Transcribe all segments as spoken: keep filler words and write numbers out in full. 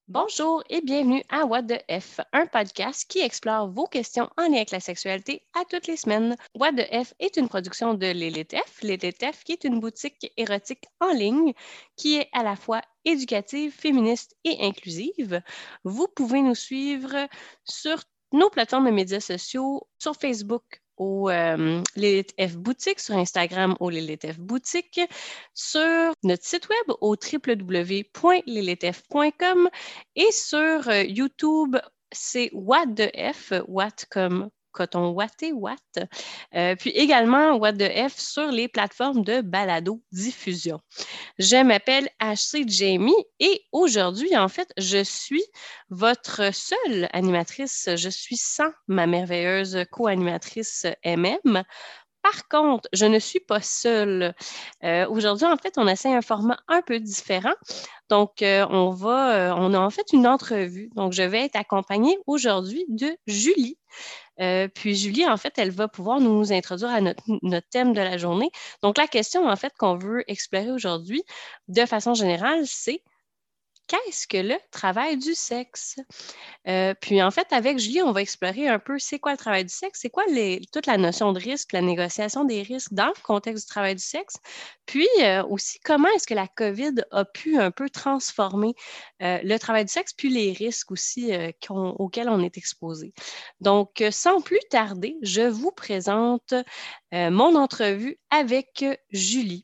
Bonjour et bienvenue à What the F, un podcast qui explore vos questions en lien avec la sexualité à toutes les semaines. What the F est une production de Lilith F, Lilith F qui est une boutique érotique en ligne qui est à la fois éducative, féministe et inclusive. Vous pouvez nous suivre sur nos plateformes de médias sociaux, sur Facebook au euh, Lilith F Boutique, sur Instagram au Lilith F Boutique, sur notre site web au w w w point lilith f point com et sur euh, YouTube, c'est What the F, What comme coton watté, What. Euh, puis également What the F sur les plateformes de balado-diffusion. Je m'appelle H C Jamie et aujourd'hui, en fait, je suis votre seule animatrice. Je suis sans ma merveilleuse co-animatrice M M. Par contre, je ne suis pas seule. Euh, aujourd'hui, en fait, on essaie un format un peu différent. Donc, euh, on va, euh, on a en fait une entrevue. Donc, je vais être accompagnée aujourd'hui de Julie. Euh, puis Julie, en fait, elle va pouvoir nous introduire à notre, notre thème de la journée. Donc, la question, en fait, qu'on veut explorer aujourd'hui, de façon générale, c'est qu'est-ce que le travail du sexe? Euh, puis en fait, avec Julie, on va explorer un peu c'est quoi le travail du sexe, c'est quoi les, toute la notion de risque, la négociation des risques dans le contexte du travail du sexe, puis euh, aussi comment est-ce que la COVID a pu un peu transformer euh, le travail du sexe, puis les risques aussi euh, qu'on, auxquels on est exposé. Donc, euh, sans plus tarder, je vous présente euh, mon entrevue avec Julie.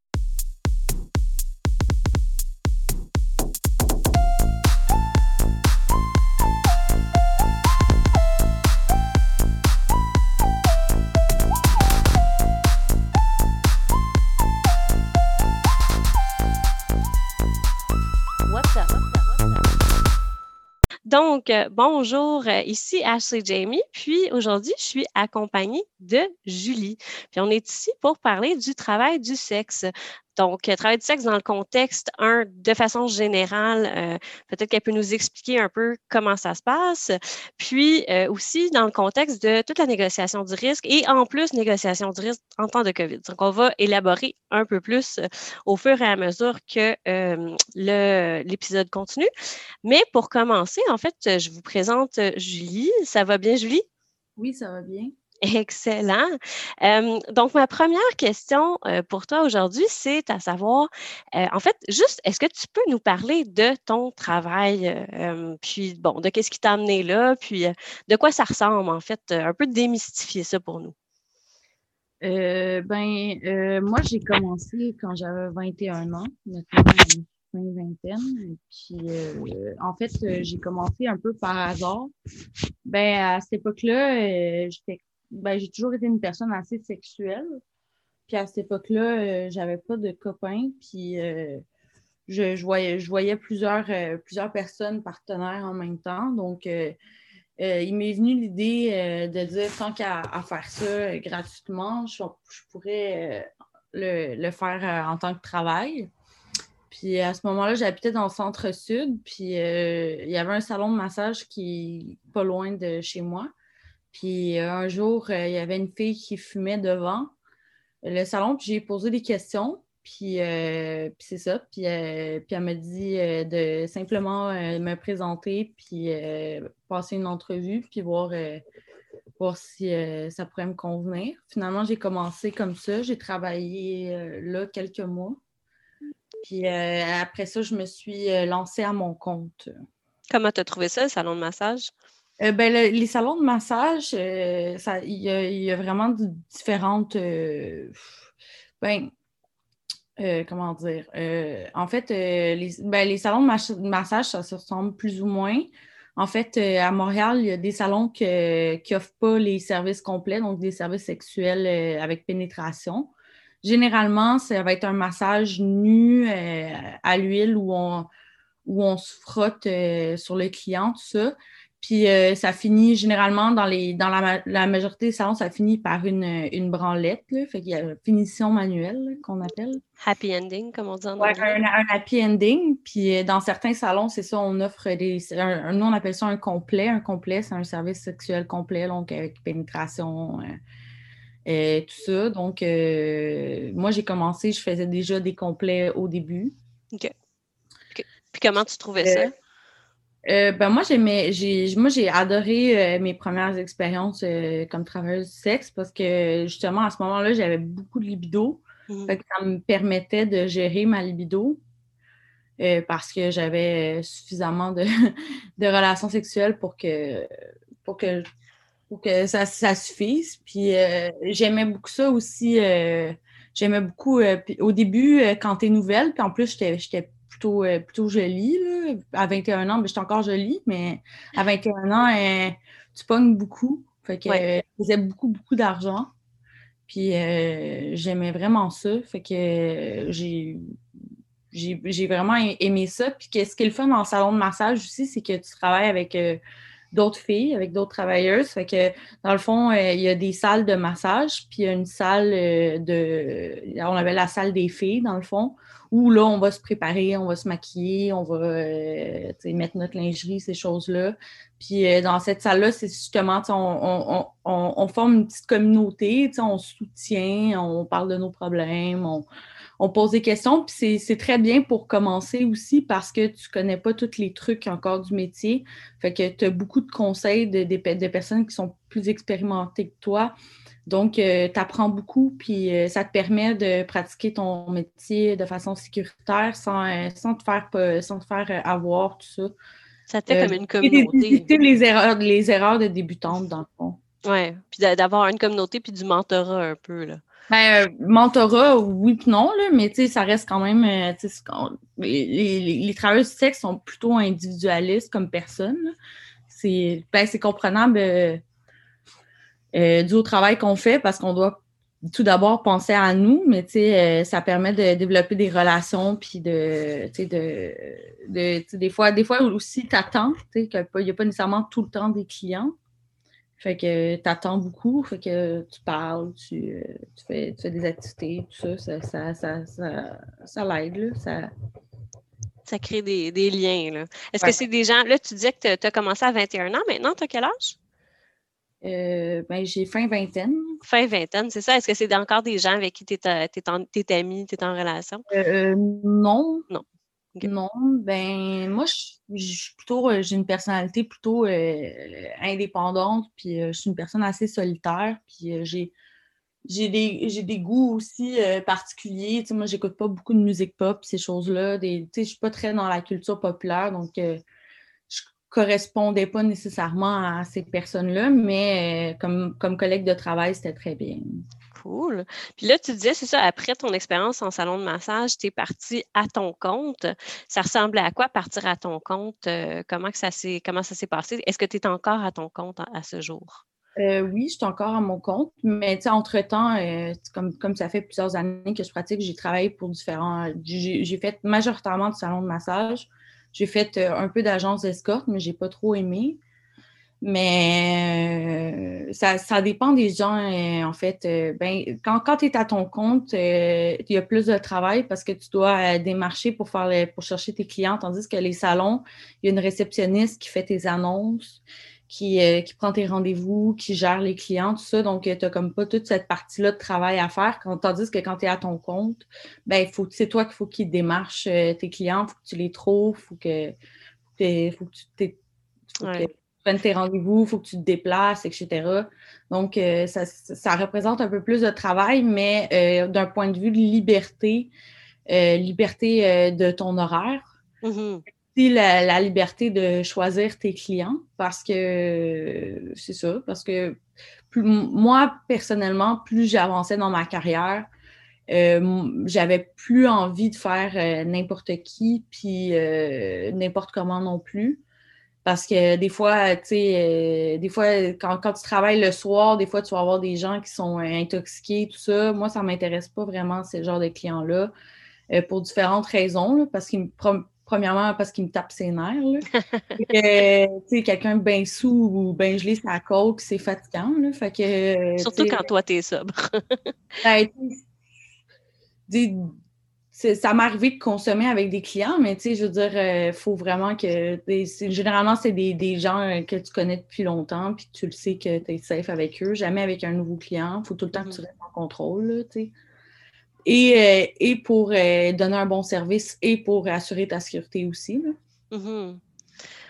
Donc, euh, bonjour, euh, ici H C Jamie, puis aujourd'hui, je suis accompagnée de Julie. Puis on est ici pour parler du travail du sexe. Donc, euh, travail du sexe dans le contexte, un, de façon générale, euh, peut-être qu'elle peut nous expliquer un peu comment ça se passe, puis euh, aussi dans le contexte de toute la négociation du risque et en plus, négociation du risque en temps de COVID. Donc, on va élaborer un peu plus euh, au fur et à mesure que euh, le, l'épisode continue. Mais pour commencer, en fait, je vous présente Julie. Ça va bien, Julie? Oui, ça va bien. Excellent. Euh, donc, ma première question euh, pour toi aujourd'hui, c'est à savoir, euh, en fait, juste, est-ce que tu peux nous parler de ton travail, euh, puis, bon, de qu'est-ce qui t'a amené là, puis euh, de quoi ça ressemble, en fait, un peu démystifier ça pour nous. Euh, ben, euh, moi, j'ai commencé quand j'avais vingt et un ans, maintenant, fin vingtaine. Et puis, euh, en fait, euh, j'ai commencé un peu par hasard. Ben, à cette époque-là, euh, j'étais, ben, j'ai toujours été une personne assez sexuelle. Puis, à cette époque-là, euh, j'avais pas de copains. Puis, euh, je, je voyais, je voyais plusieurs, euh, plusieurs personnes partenaires en même temps. Donc, euh, Euh, il m'est venu l'idée euh, de dire tant qu'à à faire ça euh, gratuitement, je, je pourrais euh, le, le faire euh, en tant que travail. Puis à ce moment-là, j'habitais dans le centre-sud, puis euh, il y avait un salon de massage qui est pas loin de chez moi. Puis euh, un jour, euh, il y avait une fille qui fumait devant le salon, puis j'ai posé des questions. Puis, euh, puis c'est ça. Puis, euh, puis elle m'a dit euh, de simplement euh, me présenter, puis euh, passer une entrevue, puis voir, euh, voir si euh, ça pourrait me convenir. Finalement, j'ai commencé comme ça. J'ai travaillé euh, là quelques mois. Puis euh, après ça, je me suis euh, lancée à mon compte. Comment tu as trouvé ça, le salon de massage? Euh, ben, le- les salons de massage, euh, ça, il y a, il y a vraiment de- différentes. Euh, ben, Euh, comment dire? Euh, en fait, euh, les, ben, les salons de, mach- de massage, ça se ressemble plus ou moins. En fait, euh, à Montréal, il y a des salons que- qui n'offrent pas les services complets, donc des services sexuels euh, avec pénétration. Généralement, ça va être un massage nu euh, à l'huile où on, où on se frotte euh, sur le client, tout ça. Puis euh, ça finit généralement dans, les, dans la, la majorité des salons, ça finit par une, une branlette. Là. Fait qu'il y a une finition manuelle là, qu'on appelle. Happy ending, comme on dit en Ouais, anglais. un, un happy ending. Puis euh, dans certains salons, c'est ça, on offre des. Un, un- nous, on appelle ça un complet. Un complet, c'est un service sexuel complet, donc avec pénétration, euh, et tout ça. Donc, euh, moi, j'ai commencé, je faisais déjà des complets au début. OK. Puis, puis comment tu trouvais Euh, ça? Euh, ben moi, j'aimais, j'ai, moi, j'ai adoré euh, mes premières expériences euh, comme travailleuse du sexe parce que justement, à ce moment-là, j'avais beaucoup de libido. Mhm. Fait que ça me permettait de gérer ma libido euh, parce que j'avais suffisamment de, de relations sexuelles pour que, pour que, pour que ça, ça suffise. Puis euh, j'aimais beaucoup ça aussi. Euh, j'aimais beaucoup euh, puis au début, euh, quand t'es nouvelle, puis en plus, j'étais, j'étais plutôt, euh, plutôt jolie. Là. À vingt et un ans, ben, j'étais encore jolie, mais à vingt et un ans, euh, tu pognes beaucoup. Fait que Ouais. euh, je faisais beaucoup, beaucoup d'argent. Puis euh, j'aimais vraiment ça. Fait que euh, j'ai, j'ai, j'ai vraiment aimé ça. Puis que ce qui est le fun dans le salon de massage aussi, c'est que tu travailles avec euh, d'autres filles, avec d'autres travailleuses. Fait que, dans le fond, euh, il y a des salles de massage, puis il y a une salle euh, de... On avait la salle des filles, dans le fond, où là, on va se préparer, on va se maquiller, on va euh, mettre notre lingerie, ces choses-là. Puis euh, dans cette salle-là, c'est justement, on, on, on, on, forme une petite communauté, on se soutient, on parle de nos problèmes, on, on pose des questions, puis c'est très bien pour commencer aussi parce que tu connais pas tous les trucs encore du métier. Fait que tu as beaucoup de conseils de, de, de, personnes qui sont plus expérimentées que toi. Donc, euh, tu apprends beaucoup, puis euh, ça te permet de pratiquer ton métier de façon sécuritaire sans, euh, sans, te, faire, sans te faire avoir, tout ça. Ça te fait Euh, comme une et communauté. d'éviter les erreurs, les erreurs de débutante, dans le fond. Oui, puis d'avoir une communauté puis du mentorat un peu, là. Ben, euh, mentorat, oui puis non, là, mais tu sais, ça reste quand même. Euh, les, les, les travailleurs du sexe sont plutôt individualistes comme personne. C'est ben, comprenable euh, euh, dû au travail qu'on fait parce qu'on doit tout d'abord penser à nous, mais tu sais, euh, ça permet de développer des relations puis de, tu sais, de, de tu sais, des fois, des fois aussi, t'attends, tu sais, qu'il n'y a pas nécessairement tout le temps des clients. Fait que tu attends beaucoup, fait que tu parles, tu, euh, tu, fais, tu fais des activités, tout ça, ça, ça, ça, ça, ça l'aide, là. Ça... Ça crée des, des liens, là. Est-ce que Ouais. c'est des gens, là, tu disais que tu as commencé à vingt et un ans, maintenant, tu as quel âge? Euh, ben, j'ai fin vingtaine. Fin vingtaine, c'est ça? Est-ce que c'est encore des gens avec qui tu es amie, tu es en relation? Euh, non, Non. OK. non. Ben, moi, je suis plutôt, euh, j'ai une personnalité plutôt euh, indépendante, puis euh, je suis une personne assez solitaire, puis euh, j'ai J'ai des, j'ai des goûts aussi euh, particuliers. Tu sais, moi, j'écoute pas beaucoup de musique pop, ces choses-là. Des, tu sais, je suis pas très dans la culture populaire, donc euh, je correspondais pas nécessairement à ces personnes-là, mais euh, comme, comme collègue de travail, c'était très bien. Cool. Puis là, tu disais, c'est ça, après ton expérience en salon de massage, tu es partie à ton compte. Ça ressemblait à quoi partir à ton compte? Euh, comment que ça s'est, comment ça s'est passé? Est-ce que tu es encore à ton compte à, à ce jour? Euh, oui, je suis encore à mon compte, mais entre-temps, euh, comme, comme ça fait plusieurs années que je pratique, j'ai travaillé pour différents... J'ai, j'ai fait majoritairement du salon de massage. J'ai fait euh, un peu d'agence d'escorte, mais j'ai pas trop aimé. Mais euh, ça, ça dépend des gens, euh, en fait. Euh, ben, quand quand tu es à ton compte, euh, il y a plus de travail parce que tu dois euh, démarcher pour, faire les- pour chercher tes clients, tandis que les salons, il y a une réceptionniste qui fait tes annonces, qui, euh, qui prend tes rendez-vous, qui gère les clients, tout ça. Donc, tu n'as comme pas toute cette partie-là de travail à faire. Quand, tandis que quand tu es à ton compte, ben, faut, c'est toi qu'il faut qu'ils démarchent euh, tes clients, il faut que tu les trouves, il faut que, faut que tu t'es- faut que Ouais. prennes tes rendez-vous, il faut que tu te déplaces, et cetera. Donc, euh, ça, ça, représente un peu plus de travail, mais euh, d'un point de vue de liberté, euh, liberté euh, de ton horaire, Mm-hmm. c'est la, la, liberté de choisir tes clients parce que euh, c'est ça, parce que plus, moi, personnellement, plus j'avançais dans ma carrière, euh, j'avais plus envie de faire euh, n'importe qui, puis euh, n'importe comment non plus. Parce que des fois, tu sais, euh, des fois, quand, quand tu travailles le soir, des fois, tu vas avoir des gens qui sont euh, intoxiqués, tout ça. Moi, ça ne m'intéresse pas vraiment, ce genre de clients-là, euh, pour différentes raisons. Là, parce qu'ils me, premièrement, parce qu'ils me tapent ses nerfs. Là. Et, euh, tu sais, quelqu'un bien sous ou bien gelé sur la coke, c'est fatigant. Là, fait que, euh, Surtout tu quand toi, tu es sobre. sais, ben, ça m'est arrivé de consommer avec des clients, mais tu sais, je veux dire, il euh, faut vraiment que. Généralement, c'est des, des gens que tu connais depuis longtemps, puis tu le sais que tu es safe avec eux. Jamais avec un nouveau client. Il faut tout le temps mm-hmm. que tu restes en contrôle, tu sais. Et, euh, et pour euh, donner un bon service et pour assurer ta sécurité aussi. Là. Mm-hmm.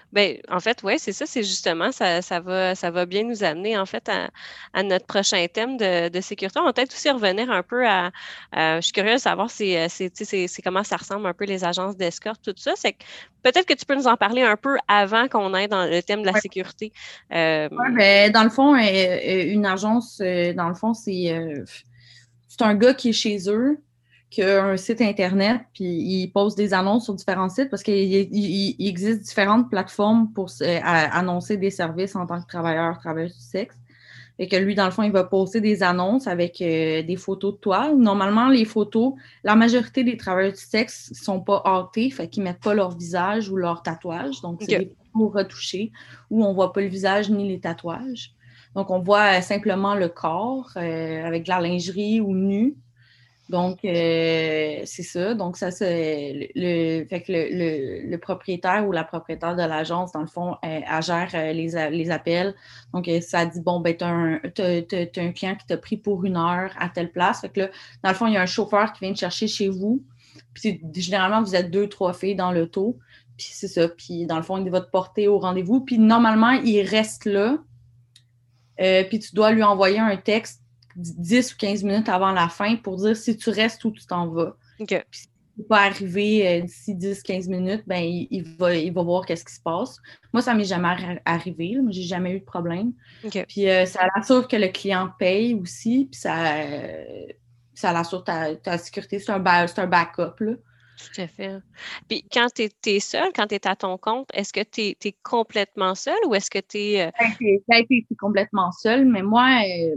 Ben, en fait, oui, c'est ça, c'est justement, ça, ça va, ça va bien nous amener, en fait, à, à notre prochain thème de, de sécurité. On va peut-être aussi revenir un peu à, à- je suis curieuse de savoir c'est, c'est, tu sais, c'est, c'est comment ça ressemble un peu les agences d'escorte, tout ça. C'est que peut-être que tu peux nous en parler un peu avant qu'on aille dans le thème de la Ouais. sécurité. Euh, Ouais, ben, dans le fond, euh, euh, une agence, euh, dans le fond, c'est euh, c'est un gars qui est chez eux, qui a un site Internet, puis il pose des annonces sur différents sites parce qu'il il- il- il existe différentes plateformes pour euh, à- annoncer des services en tant que travailleur, travailleuse du sexe. Et que lui, dans le fond, il va poster des annonces avec euh, des photos de toi. Normalement, les photos, la majorité des travailleurs du sexe ne sont pas hâtés, fait qu'ils ne mettent pas leur visage ou leur tatouage. Donc, c'est OK. des photos retouchées où on ne voit pas le visage ni les tatouages. Donc, on voit euh, simplement le corps euh, avec de la lingerie ou nu. Donc, euh, c'est ça. Donc, ça, c'est le, le- fait que le, le- le propriétaire ou la propriétaire de l'agence, dans le fond, elle, elle gère euh, les, a- les appels. Donc, euh, ça dit, bon, ben, tu as un, t'as- t'as- t'as un client qui t'a pris pour une heure à telle place. Fait que là, dans le fond, il y a un chauffeur qui vient te chercher chez vous. Puis, c'est- généralement, vous êtes deux, trois filles dans l'auto. Puis, c'est ça. Puis, dans le fond, il va te porter au rendez-vous. Puis, normalement, il reste là. Euh, puis, tu dois lui envoyer un texte dix ou quinze minutes avant la fin pour dire si tu restes ou tu t'en vas. OK. Puis si tu ne peux pas arriver euh, d'ici dix quinze minutes, ben, il, il va, il va voir qu'est-ce qui se passe. Moi, ça ne m'est jamais arri- arrivé. Là. Moi, j'ai jamais eu de problème. OK. Puis euh, ça l'assure que le client paye aussi. Puis ça, euh, ça l'assure ta, ta sécurité. C'est un, ba- c'est un backup. Là. Tout à fait. Puis quand tu es seul, quand tu es à ton compte, est-ce que tu es complètement seul ou est-ce que tu es. Ça a été, ça a été complètement seul, mais moi, euh,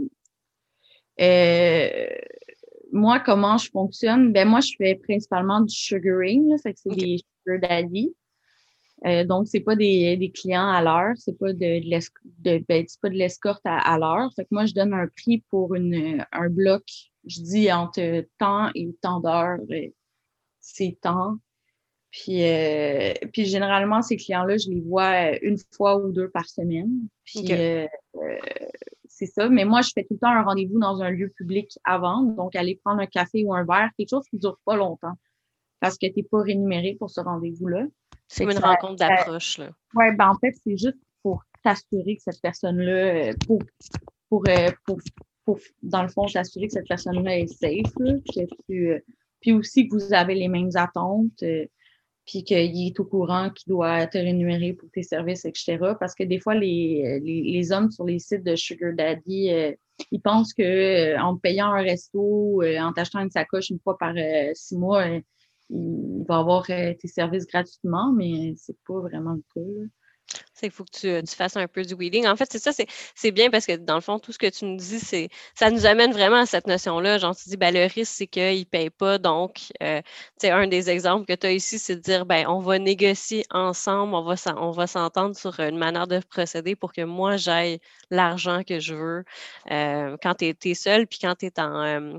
euh, moi, comment je fonctionne? Ben, moi, je fais principalement du sugaring, là, fait que c'est OK. des sugar daddy. Euh, donc, c'est pas des, des clients à l'heure, c'est pas de, de, l'esc- de- ben, c'est pas de l'escorte à, à l'heure. Fait que moi, je donne un prix pour une, un bloc. Je dis entre temps et tant d'heures, euh, c'est temps. Puis, euh, puis généralement, ces clients-là, je les vois une fois ou deux par semaine. Puis OK. euh, euh, c'est ça. Mais moi, je fais tout le temps un rendez-vous dans un lieu public avant. Donc, aller prendre un café ou un verre, quelque chose qui ne dure pas longtemps parce que tu n'es pas rémunéré pour ce rendez-vous-là. C'est Fait comme que une ça, rencontre ça- d'approche, là. ouais, ben en fait, c'est juste pour t'assurer que cette personne-là, euh, pour, pour, euh, pour, pour, dans le fond, t'assurer que cette personne-là est safe, là, que tu, euh, puis aussi que vous avez les mêmes attentes. euh, puis qu'il est au courant qu'il doit te rémunérer pour tes services, et cetera. Parce que des fois, les, les, les hommes sur les sites de Sugar Daddy, euh, ils pensent que euh, en te payant un resto, euh, en t'achetant une sacoche une fois par euh, six mois, euh, il va avoir euh, tes services gratuitement, mais c'est pas vraiment le cas. Là. C'est qu'il faut que tu, tu fasses un peu du weeding. En fait, c'est ça, c'est, c'est bien parce que dans le fond, tout ce que tu nous dis, c'est ça nous amène vraiment à cette notion-là. Genre, tu dis, ben, le risque, c'est qu'ils ne payent pas. Donc, euh, tu sais, un des exemples que tu as ici, c'est de dire, ben, on va négocier ensemble, on va, s'en- on va s'entendre sur une manière de procéder pour que moi, j'aille l'argent que je veux. Euh, quand tu es, seul, puis quand tu es en. euh,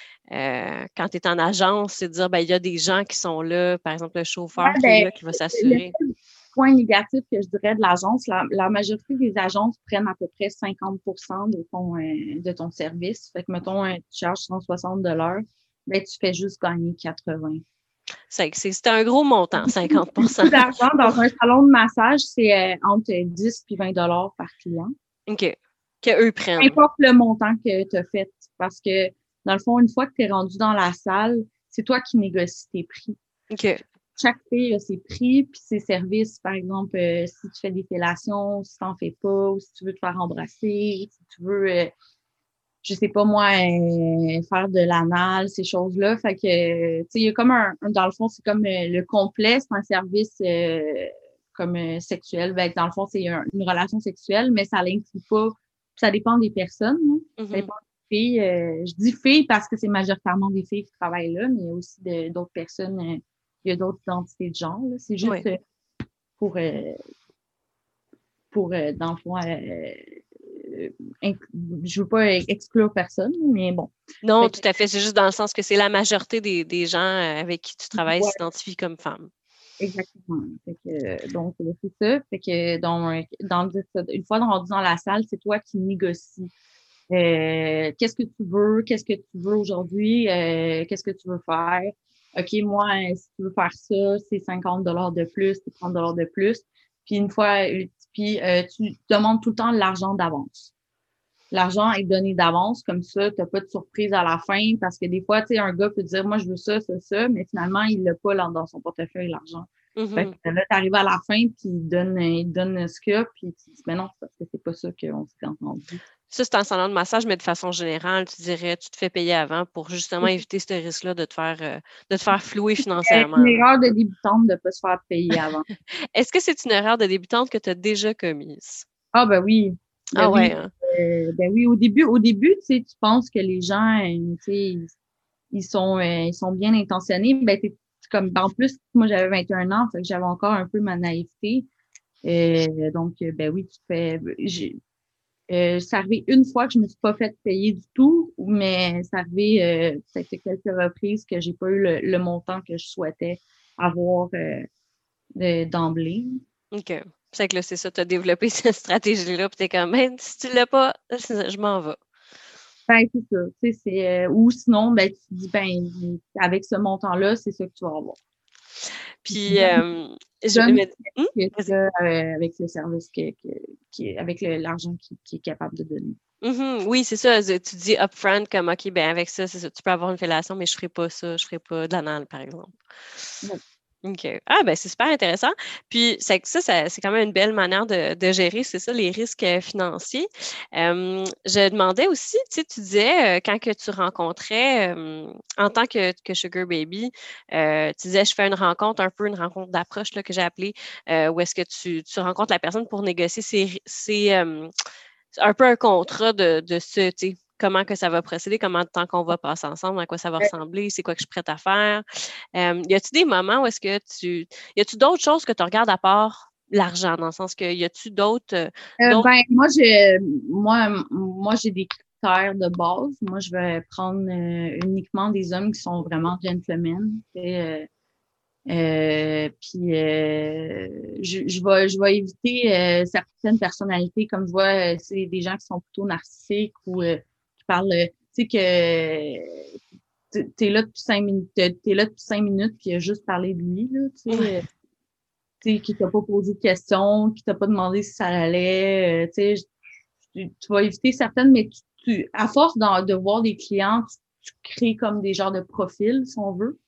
euh, quand tu es en agence, c'est de dire, ben, il y a des gens qui sont là, par exemple, le chauffeur Ouais, qui est ben, là, qui va le s'assurer. seul point négatif que je dirais de l'agence, la, la majorité des agences prennent à peu près cinquante pour cent de ton, euh, de ton service. Fait que, mettons, euh, tu charges cent soixante de l'heure, ben, tu fais juste gagner quatre-vingts. C'est c'est- c'est un gros montant, cinquante pour cent. Beaucoup d'argent dans un salon de massage, c'est euh, entre dix et vingt dollars par client. OK. Qu'eux Peu prennent. importe le montant que tu as fait, parce que dans le fond, une fois que tu es rendu dans la salle, c'est toi qui négocies tes prix. OK. Chaque fille a ses prix puis ses services. Par exemple, euh, si tu fais des fellations, si tu n'en fais pas, ou si tu veux te faire embrasser, si tu veux, euh, je sais pas moi, euh, faire de l'anal, ces choses-là. Fait que, euh, tu sais, il y a comme un, un- dans le fond, c'est comme euh, le complet, c'est un service euh, comme euh, sexuel. Ben, dans le fond, c'est un- une relation sexuelle, mais ça l'inclut pas. Ça dépend des personnes. Hein. Ça Mhm. dépend des filles. Euh, je dis filles parce que c'est majoritairement des filles qui travaillent là, mais il y a aussi de- d'autres personnes. euh, il y a d'autres identités de genre. Là. C'est juste Oui. euh, pour, euh, pour euh, dans le fond, euh, euh, inc- je veux pas exclure personne, mais bon. Non, Fait tout que, à fait. C'est juste dans le sens que c'est la majorité des, des gens euh, avec qui tu travailles ouais, s'identifient comme femmes. exactement. Fait que, euh, donc, euh, c'est ça. Fait que, dans, dans, le- une fois rendu dans la salle, c'est toi qui négocies. Euh, qu'est-ce que tu veux? Qu'est-ce que tu veux aujourd'hui? Euh, qu'est-ce que tu veux faire? OK, moi, euh, si tu veux faire ça, c'est cinquante dollars de plus, c'est trente dollars de plus. puis une fois, puis euh, tu demandes tout le temps l'argent d'avance. L'argent est donné d'avance, comme ça, tu n'as pas de surprise à la fin, parce que des fois, tu sais, un gars peut dire, moi, je veux ça, ça, ça, mais finalement, il l'a pas là, dans son portefeuille, l'argent. Mm-hmm. Fait que là, tu arrives à la fin, puis il donne, il donne ce qu'il y a, puis tu dis, mais non, c'est parce que c'est pas ça qu'on s'est entendu. Ça, c'est en salon de massage, mais de façon générale, tu dirais, tu te fais payer avant pour justement éviter ce risque-là de te faire, euh, de te faire flouer financièrement. C'est une erreur de débutante de ne pas se faire payer avant. Est-ce que c'est une erreur de débutante que tu as déjà commise? Ah, ben oui. Ben ah oui. ouais. Hein? Euh, ben oui, au début, au début, tu sais, tu penses que les gens, euh, tu sais, ils sont, euh, ils sont bien intentionnés. Ben, t'es, comme, en plus, moi, j'avais vingt et un ans, fait que j'avais encore un peu ma naïveté. Euh, donc, ben oui, tu fais, j'ai, Euh, c'est arrivé une fois que je me suis pas fait payer du tout, mais c'est arrivé euh, peut-être quelques reprises que j'ai pas eu le, le montant que je souhaitais avoir euh, de, d'emblée. OK. C'est que là, c'est ça, tu as développé cette stratégie-là, puis t'es comme, même si tu l'as pas, je m'en vais. Ben, c'est ça. Tu sais, c'est, euh, ou sinon, ben, tu te dis, ben, avec ce montant-là, c'est ça que tu vas avoir. Puis, euh, je, Donne mais, hum? euh, avec le service que, que, qui, avec le, l'argent qui, qui est capable de donner. Mm-hmm. Oui, c'est ça. Tu dis upfront comme, OK, ben avec ça, c'est ça. Tu peux avoir une fellation, mais je ne ferai pas ça. Je ne ferai pas d'anal, par exemple. Ouais. OK. Ah, ben c'est super intéressant. Puis, c'est ça, ça c'est quand même une belle manière de, de gérer, c'est ça, les risques financiers. Euh, je demandais aussi, tu sais, tu disais, euh, quand que tu rencontrais, euh, en tant que, que Sugar Baby, euh, tu disais, je fais une rencontre, un peu une rencontre d'approche là, que j'ai appelée, euh, où est-ce que tu, tu rencontres la personne pour négocier ses, ses, euh, un peu un contrat de, de ce, tu sais, comment que ça va procéder, comment de temps qu'on va passer ensemble, à quoi ça va ressembler, c'est quoi que je suis prête à faire. Euh, y a-tu des moments où est-ce que tu... Y a-tu d'autres choses que tu regardes à part l'argent, dans le sens que y a-tu d'autres... Euh, euh, ben, moi, j'ai, moi, moi, j'ai des critères de base. Moi, je vais prendre euh, uniquement des hommes qui sont vraiment gentlemen. Euh, euh, puis, euh, je, je, vais, je vais éviter euh, certaines personnalités, comme je vois, euh, c'est des gens qui sont plutôt narcissiques ou euh, qui parlent, euh, tu sais, que t'es là depuis cinq minutes, t'es là depuis cinq minutes, puis il a juste parlé de lui, là, tu sais. Ouais. Tu sais, qui t'a pas posé de questions, qui t'a pas demandé si ça allait, euh, tu sais, tu, tu vas éviter certaines, mais tu, tu à force de, de voir des clients, tu, tu crées comme des genres de profils, si on veut.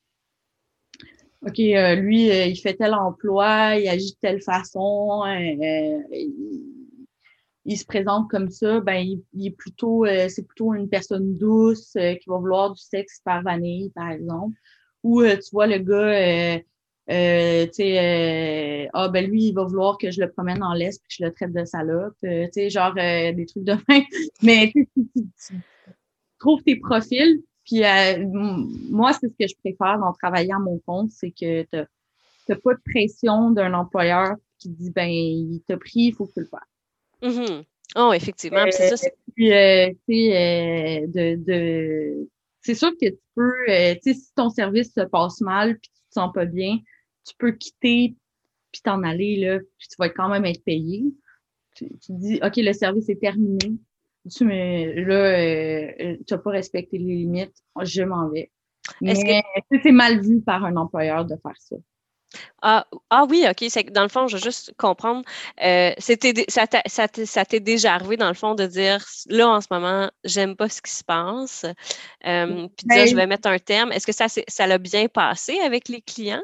OK, euh, lui, euh, il fait tel emploi, il agit de telle façon, euh, il, il se présente comme ça, ben il, il est plutôt, euh, c'est plutôt une personne douce euh, qui va vouloir du sexe par vanille, par exemple. Ou euh, tu vois le gars, euh, euh, tu sais, euh, ah ben lui, il va vouloir que je le promène en laisse puis que je le traite de salope, euh, tu sais, genre euh, des trucs de même. Mais tu, tu, tu, tu trouves tes profils. Puis euh, moi, c'est ce que je préfère dans travailler à mon compte, c'est que tu n'as pas de pression d'un employeur qui dit, ben, il t'a pris, il faut que tu le fasses. Mm-hmm. Oh, effectivement. Puis c'est ça, c'est... Puis, euh, tu sais, euh, de, de... c'est sûr que tu peux, euh, tu sais, si ton service se passe mal puis tu te sens pas bien, tu peux quitter puis t'en aller, là, puis tu vas quand même être payé. Tu, tu dis, OK, le service est terminé. Tu mais là, euh, tu n'as pas respecté les limites, je m'en vais. Est-ce Mais que... c'est mal vu par un employeur de faire ça. Ah, ah oui, OK. C'est que dans le fond, je veux juste comprendre. Euh, c'était, ça, t'a, ça, t'est, ça t'est déjà arrivé, dans le fond, de dire là, en ce moment, j'aime pas ce qui se passe. Euh, puis de dire, je vais mettre un terme. Est-ce que ça, c'est, ça l'a bien passé avec les clients?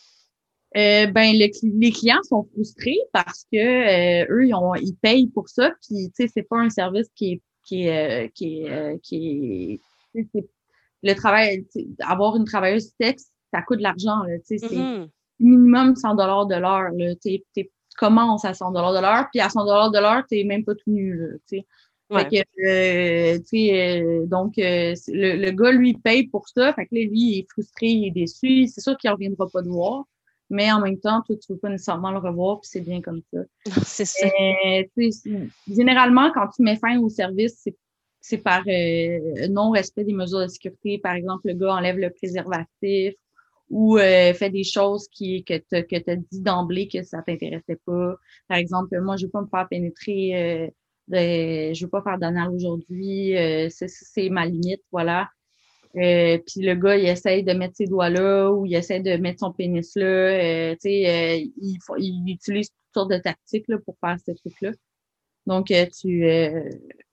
Euh, ben le, les clients sont frustrés parce que euh, eux ils ont ils payent pour ça puis tu sais c'est pas un service qui est qui est euh, qui est euh, qui est c'est, le travail avoir une travailleuse sexe ça coûte de l'argent là tu sais c'est Mm-hmm. minimum cent dollars de l'heure là tu tu commences à cent dollars de l'heure puis à cent dollars de l'heure t'es même pas tout nu là tu sais ouais. Fait que euh, tu sais euh, donc euh, le, le gars lui paye pour ça fait que là lui il est frustré il est déçu c'est sûr qu'il reviendra pas te voir. Mais en même temps, toi, tu ne veux pas nécessairement le revoir, puis c'est bien comme ça. C'est ça. Et, généralement, quand tu mets fin au service, c'est, c'est par euh, non-respect des mesures de sécurité. Par exemple, le gars enlève le préservatif ou euh, fait des choses qui, que tu que as dit d'emblée que ça ne t'intéressait pas. Par exemple, moi, je ne veux pas me faire pénétrer, euh, de, je ne veux pas faire d'anal aujourd'hui, euh, c'est, c'est ma limite, voilà. Euh, puis le gars, il essaye de mettre ses doigts là ou il essaie de mettre son pénis là. Euh, tu sais, euh, il, il utilise toutes sortes de tactiques là, pour faire ces trucs-là. Donc, euh, tu, euh,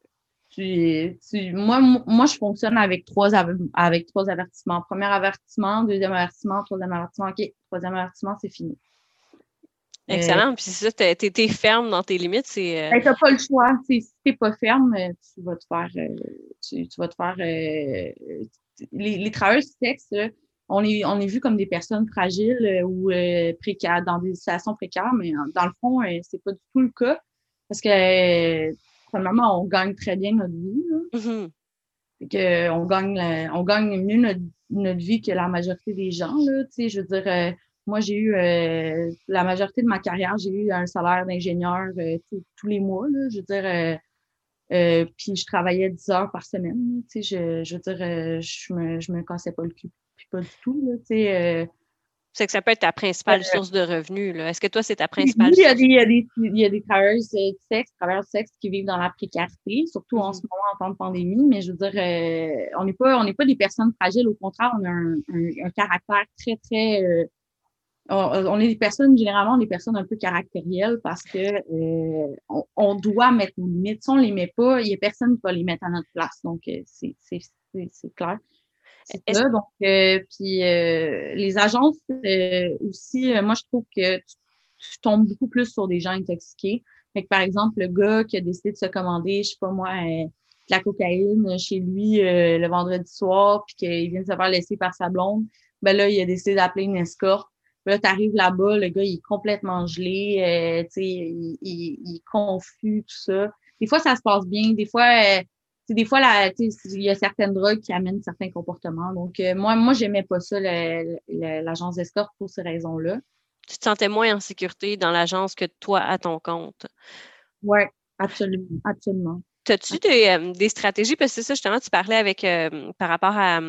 tu, tu, moi, moi, je fonctionne avec trois, avec trois avertissements. Premier avertissement, deuxième avertissement, troisième avertissement. OK, troisième avertissement, c'est fini. Excellent. Euh, Puis c'est ça, t'es, t'es ferme dans tes limites. C'est, euh... ben, t'as pas le choix. T'sais, si t'es pas ferme, tu vas te faire, euh, tu, tu vas te faire, euh, les, les travailleurs du sexe, là, on est, on est vu comme des personnes fragiles euh, ou euh, précaires, dans des situations précaires, mais dans le fond, euh, c'est pas du tout le cas. Parce que, euh, premièrement, on gagne très bien notre vie. Là. Mm-hmm. Fait que, on gagne, la, on gagne mieux notre, notre vie que la majorité des gens. Là, je veux dire, euh, moi, j'ai eu, euh, la majorité de ma carrière, j'ai eu un salaire d'ingénieur euh, tous les mois. Là, je veux dire, euh, euh, puis je travaillais dix heures par semaine. Tu sais, je, je veux dire, euh, je me, je me cassais pas le cul, puis pas du tout. Là, tu sais. Euh, c'est que ça peut être ta principale euh, source de revenus. Là. Est-ce que toi, c'est ta principale oui, source? Il y a des, il y a des travailleurs du sexe, travailleurs du sexe qui vivent dans la précarité, surtout mm-hmm. en ce moment en temps de pandémie. Mais je veux dire, euh, on n'est pas, on n'est pas des personnes fragiles. Au contraire, on a un, un, un caractère très, très. Euh, on, on est des personnes, généralement, des personnes un peu caractérielles parce que euh, on, on doit mettre nos limites. Si on les met pas, il y a personne qui va les mettre à notre place. Donc, euh, c'est, c'est, c'est, c'est clair. C'est Est-ce... ça. Donc, euh, puis euh, les agences euh, aussi, euh, moi, je trouve que tu, tu tombes beaucoup plus sur des gens intoxiqués. Fait que, par exemple, le gars qui a décidé de se commander, je sais pas moi, euh, de la cocaïne chez lui euh, le vendredi soir, puis qu'il vient de se faire laisser par sa blonde, ben là, il a décidé d'appeler une escorte. Puis là, t'arrives là-bas, le gars, il est complètement gelé, euh, tu sais, il, il, il est confus, tout ça. Des fois, ça se passe bien. Des fois... Euh, C'est des fois, la, il y a certaines drogues qui amènent certains comportements. Donc, euh, moi, moi, j'aimais pas ça, le, le, l'agence d'escorte, pour ces raisons-là. Tu te sentais moins en sécurité dans l'agence que toi à ton compte. Oui, absolument, absolument. As-tu des, euh, des stratégies? Parce que c'est ça, justement, tu parlais avec euh, par rapport à,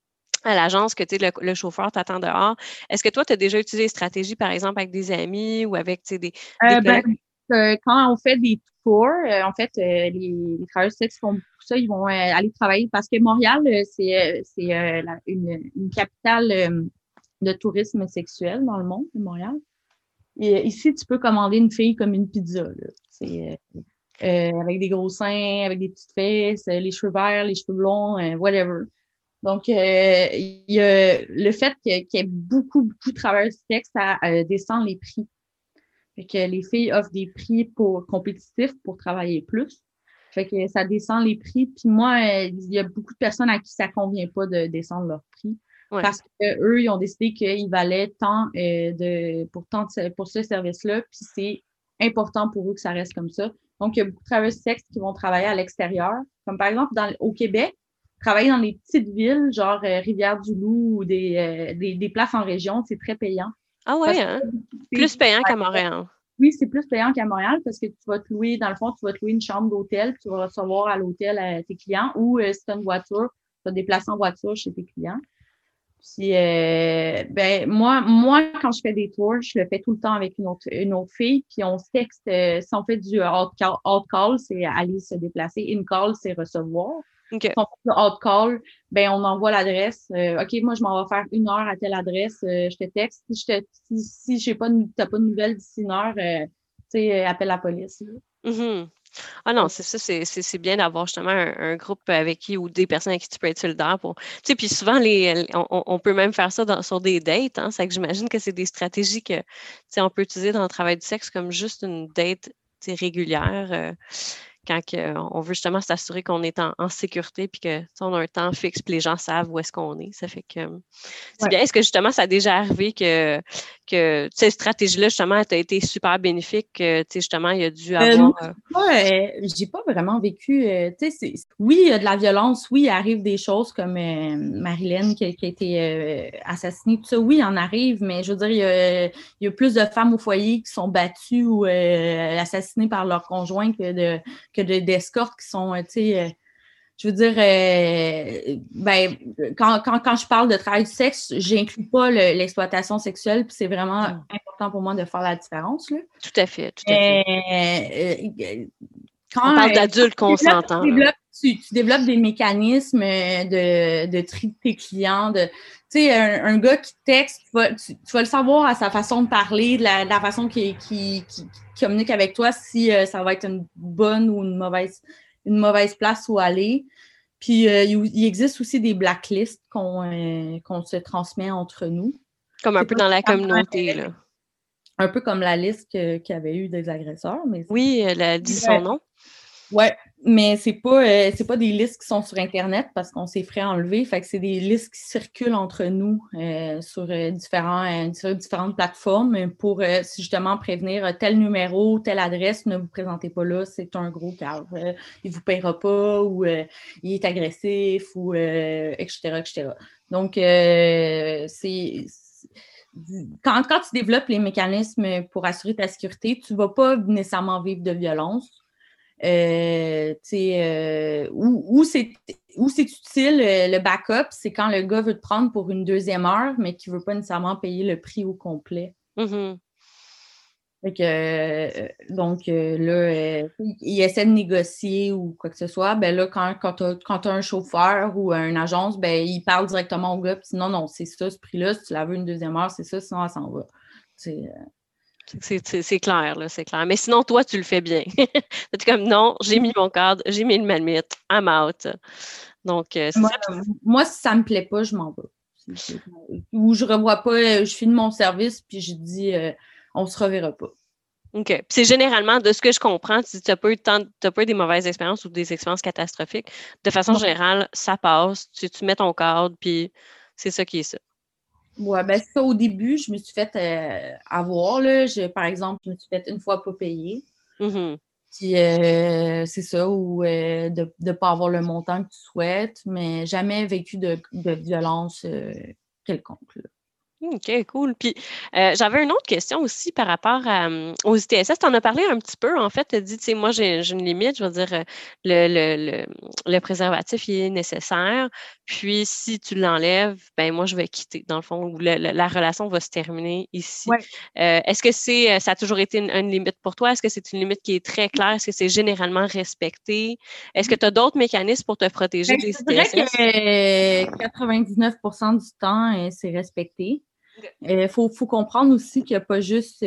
à l'agence que le, le chauffeur t'attend dehors. Est-ce que toi, tu as déjà utilisé des stratégies, par exemple, avec des amis ou avec des, des euh, ben, euh, quand on fait des tours, euh, en fait, euh, les, les travailleurs du sexe font beaucoup ça, ils vont euh, aller travailler parce que Montréal, euh, c'est, c'est euh, la, une, une capitale euh, de tourisme sexuel dans le monde, Montréal. Et ici, tu peux commander une fille comme une pizza. Là. C'est euh, euh, avec des gros seins, avec des petites fesses, les cheveux verts, les cheveux blonds, euh, whatever. Donc, euh, il y a le fait qu'il y ait beaucoup, beaucoup de travailleurs du sexe, ça euh, descend les prix. Fait que les filles offrent des prix pour compétitifs pour travailler plus. Fait que ça descend les prix. Puis moi, euh, il y a beaucoup de personnes à qui ça convient pas de descendre leur prix. Ouais. Parce qu'eux, ils ont décidé qu'ils valaient tant euh, de pour tant de, pour ce service-là. Puis c'est important pour eux que ça reste comme ça. Donc, il y a beaucoup de travailleurs du sexe qui vont travailler à l'extérieur. Comme par exemple, dans, au Québec, travailler dans les petites villes, genre euh, Rivière-du-Loup ou des, euh, des, des places en région, c'est très payant. Ah ouais, hein? Plus payant qu'à Montréal. Oui, c'est plus payant qu'à Montréal parce que tu vas te louer, dans le fond, tu vas te louer une chambre d'hôtel, puis tu vas recevoir à l'hôtel à tes clients ou euh, si tu as une voiture, tu vas te déplacer en voiture chez tes clients. Puis, euh, ben, moi, moi, quand je fais des tours, je le fais tout le temps avec une autre, une autre fille, puis on se texte. Euh, si on fait du out call, out call, c'est aller se déplacer. In call, c'est recevoir. Okay. Si on fait du out call, ben, on envoie l'adresse. Euh, OK, moi, je m'en vais faire une heure à telle adresse. Euh, je te texte. Si je te, si, si j'ai pas, t'as pas de nouvelles d'ici une heure, euh, tu sais, appelle la police. Mm-hmm. Ah non, c'est ça, c'est, c'est, c'est bien d'avoir justement un, un groupe avec qui ou des personnes avec qui tu peux être solidaire pour. Tu sais, puis souvent, les, on, on peut même faire ça dans, sur des dates. Hein, c'est que j'imagine que c'est des stratégies que tu sais, on peut utiliser dans le travail du sexe comme juste une date régulière. Euh, quand que, on veut justement s'assurer qu'on est en, en sécurité puis que on a un temps fixe puis les gens savent où est-ce qu'on est. Ça fait que c'est ouais. bien. Est-ce que justement, ça a déjà arrivé que, que cette stratégie-là, justement, t'a été super bénéfique, que justement, il y a dû avoir. Euh, moi, euh, j'ai pas vraiment vécu. Euh, c'est, oui, il y a de la violence, oui, il arrive des choses comme euh, Marilyn qui, qui a été euh, assassinée, tout ça, oui, il en arrive, mais je veux dire, il y a, il y a plus de femmes au foyer qui sont battues ou euh, assassinées par leur conjoint que de que de, d'escortes qui sont, tu sais, euh, je veux dire, euh, ben, quand, quand, quand je parle de travail du sexe, j'inclus pas le, l'exploitation sexuelle, puis c'est vraiment mmh. important pour moi de faire la différence, là. Tout à fait, tout à fait. Euh, euh, quand, On parle d'adultes consentants. Tu développes, tu, tu développes des mécanismes de, de tri de tes clients, de, tu sais, un, un gars qui texte, tu vas, tu, tu vas le savoir à sa façon de parler, de la, de la façon qu'il qui, qui, qui communique avec toi, si euh, ça va être une bonne ou une mauvaise, une mauvaise place où aller. Puis, euh, il, il existe aussi des blacklists qu'on euh, qu'on se transmet entre nous. Comme un C'est peu pas dans la totalement, communauté, là. un peu comme la liste que- qu'il y avait eu des agresseurs. Mais Oui, elle a dit son nom. ouais, mais c'est pas, euh, c'est pas des listes qui sont sur Internet parce qu'on s'est fait enlever. Fait que c'est des listes qui circulent entre nous euh, sur euh, différents, euh, sur différentes plateformes pour euh, justement prévenir euh, tel numéro, telle adresse, ne vous présentez pas là, c'est un gros cave. Euh, il vous paiera pas ou euh, il est agressif ou euh, et cetera, et cetera. Donc, euh, c'est... Quand, quand tu développes les mécanismes pour assurer ta sécurité, tu ne vas pas nécessairement vivre de violence. Euh, euh, où, où, c'est, où c'est utile, euh, le backup, c'est quand le gars veut te prendre pour une deuxième heure, mais qui ne veut pas nécessairement payer le prix au complet. Mm-hmm. Fait que, euh, donc euh, là, euh, il essaie de négocier ou quoi que ce soit. Ben là, quand, quand tu as un chauffeur ou une agence, ben il parle directement au gars, puis non, non, c'est ça, ce prix-là, si tu la veux une deuxième heure, c'est ça, sinon elle s'en va. C'est, euh, C'est, c'est, c'est clair, là, c'est clair. Mais sinon, toi, tu le fais bien. C'est comme, non, j'ai mis mon cadre, j'ai mis ma limite, I'm out. Donc, euh, c'est moi, ça. moi, si ça me plaît pas, je m'en vais. C'est, c'est, ou je revois pas, je finis mon service, puis je dis, euh, on se reverra pas. OK. Puis c'est généralement, de ce que je comprends, si tu n'as pas eu tant, t'as pas eu des mauvaises expériences ou des expériences catastrophiques, de façon Non. générale, ça passe. Tu, tu mets ton cadre, puis c'est ça qui est ça. Ouais, ben ça, au début, je me suis fait euh, avoir, là. Je, par exemple, je me suis fait une fois pas payer. Mm-hmm. Puis euh, c'est ça, ou euh, de ne pas avoir le montant que tu souhaites, mais jamais vécu de, de violence euh, quelconque, là. OK, cool. Puis euh, j'avais une autre question aussi par rapport à, euh, aux I T S S. Tu en as parlé un petit peu, en fait. Tu as dit, tu sais, moi, j'ai, j'ai une limite. Je veux dire, euh, le, le, le, le préservatif, il est nécessaire. Puis si tu l'enlèves, ben moi, je vais quitter, dans le fond, ou le- le- la relation va se terminer ici. Ouais. Euh, est-ce que c'est, ça a toujours été une, une limite pour toi? Est-ce que c'est une limite qui est très claire? Est-ce que c'est généralement respecté? Est-ce que tu as d'autres mécanismes pour te protéger Ben, des je dirais I T S S? que quatre-vingt-dix-neuf pour cent du temps, euh, c'est respecté. Il faut, faut comprendre aussi qu'il n'y a pas juste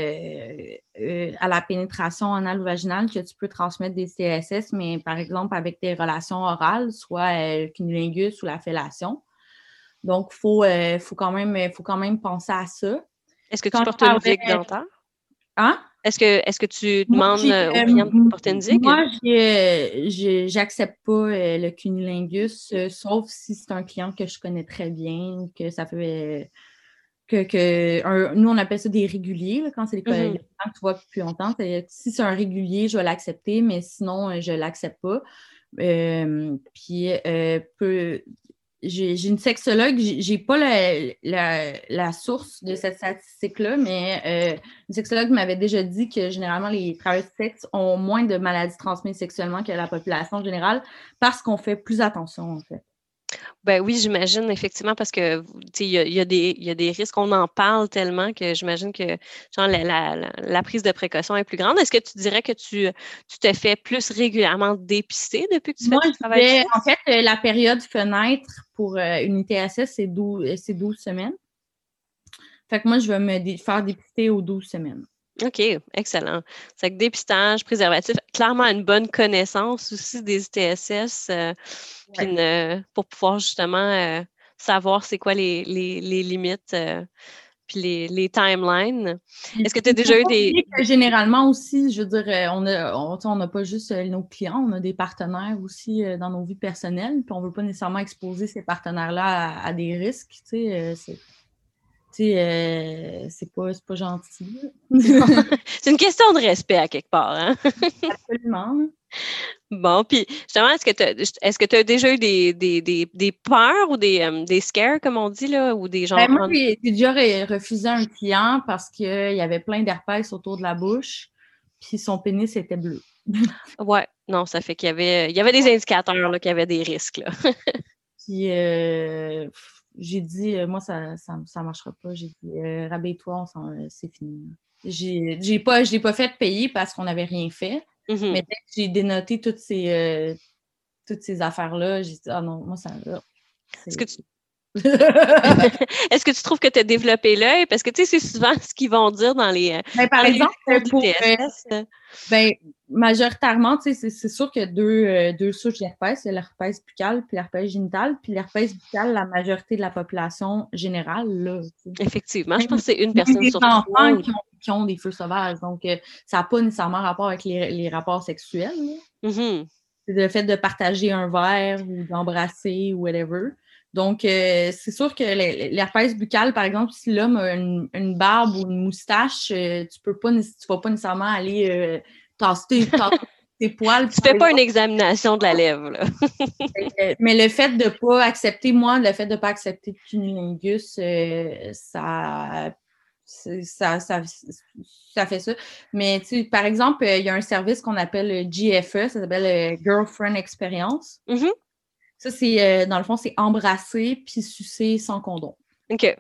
euh, euh, à la pénétration anale ou vaginale que tu peux transmettre des C S S, mais par exemple avec des relations orales, soit euh, le cunnilingus ou la fellation. Donc, il faut, euh, faut, quand même, faut quand même penser à ça. Est-ce que tu Quand je portes une parlais... vigue dentaire? Hein? Est-ce que, est-ce que tu Moi, demandes j'ai, euh, aux euh, clients de porter une zigue? moi, j'ai, j'ai, j'accepte pas euh, le cunnilingus, euh, sauf si c'est un client que je connais très bien, que ça fait que, que un, nous, on appelle ça des réguliers, là, quand c'est des Mm-hmm. clients que tu vois depuis longtemps. C'est, si c'est un régulier, je vais l'accepter, mais sinon, je ne l'accepte pas. Euh, puis, euh, peu, j'ai, j'ai une sexologue, j'ai, j'ai pas la, la, la source de cette statistique-là, mais euh, une sexologue m'avait déjà dit que généralement, les travailleurs de sexe ont moins de maladies transmises sexuellement que la population générale parce qu'on fait plus attention, en fait. Ben oui, j'imagine, effectivement, parce que il y a, y a des, y a des risques, on en parle tellement que j'imagine que genre, la, la, la, la prise de précaution est plus grande. Est-ce que tu dirais que tu, tu te fais plus régulièrement dépister depuis que tu Moi, fais du je travail du dirais, en sexe? fait, euh, la période fenêtre pour euh, une I T S S, c'est douze, euh, c'est douze semaines. Fait que moi, je vais me dé- faire dépister aux douze semaines. OK, excellent. C'est que dépistage, préservatif, clairement une bonne connaissance aussi des I T S S, euh, puis Ouais. une- pour pouvoir justement euh, savoir c'est quoi les, les, les limites, euh, puis les, les timelines. Puis, Est-ce que tu as il ne faut déjà eu pas des... oublier que généralement aussi, je veux dire, euh, on a, on, tu sais, on n'a pas juste euh, nos clients, on a des partenaires aussi euh, dans nos vies personnelles, puis on ne veut pas nécessairement exposer ces partenaires-là à, à des risques, tu sais, euh, c'est, tu sais, euh, c'est pas, c'est pas gentil. C'est une question de respect à quelque part, hein? Absolument. Bon, puis justement, est-ce que tu as, est-ce que tu as déjà eu des, des, des, des peurs ou des, euh, des scares, comme on dit, là, ou des Ben, gens... moi, j'ai j'ai déjà re- refusé un client parce qu'il y avait plein d'herpès autour de la bouche, puis son pénis était bleu. Ouais, non, ça fait qu'il y avait, il y avait des indicateurs, là, qu'il y avait des risques, là. Puis euh, j'ai dit, euh, moi, ça ça, ça marchera pas. J'ai dit, euh, rabais-toi, on s'en- euh, c'est fini. J'ai, j'ai pas, je l'ai pas fait payer parce qu'on n'avait rien fait. Mais Mhm. dès que j'ai dénoté toutes ces, euh, toutes ces affaires-là, j'ai dit, ah non, moi, ça va. Est-ce C'est que tu, Est-ce que tu trouves que tu as développé l'œil? Parce que, tu sais, c'est souvent ce qu'ils vont dire dans les Ben, par dans les exemple, cours pour, du T S S. euh, ben, majoritairement, tu sais, c'est, c'est sûr qu'il y a deux, euh, deux souches d'herpès. Il y a l'herpès buccal puis l'herpès génital. Puis l'herpès buccal, la majorité de la population générale, là, tu sais. Effectivement, je Même, pense que c'est une même personne des sur enfants trois. qui ont, qui ont des feux sauvages. Donc, euh, ça n'a pas nécessairement rapport avec les, les rapports sexuels, là. Mhm. C'est le fait de partager un verre ou d'embrasser ou whatever. Donc, euh, c'est sûr que le- l'herpès buccal, par exemple, si l'homme a une, une barbe ou une moustache, euh, tu peux pas, nécess- tu vas pas nécessairement aller euh, tasser tes, tasser tes poils. Tu par fais pas une exemple. examination de la lèvre, là. Euh, Mais le fait de pas accepter, moi, le fait de pas accepter de cunnilingus, euh, ça, c'est- ça, ça, ça fait ça. Mais, tu sais, par exemple, euh, il y a un service qu'on appelle le G F E, ça s'appelle euh, Girlfriend Experience. Mhm. Ça, c'est, euh, dans le fond, c'est embrasser puis sucer sans condom. OK.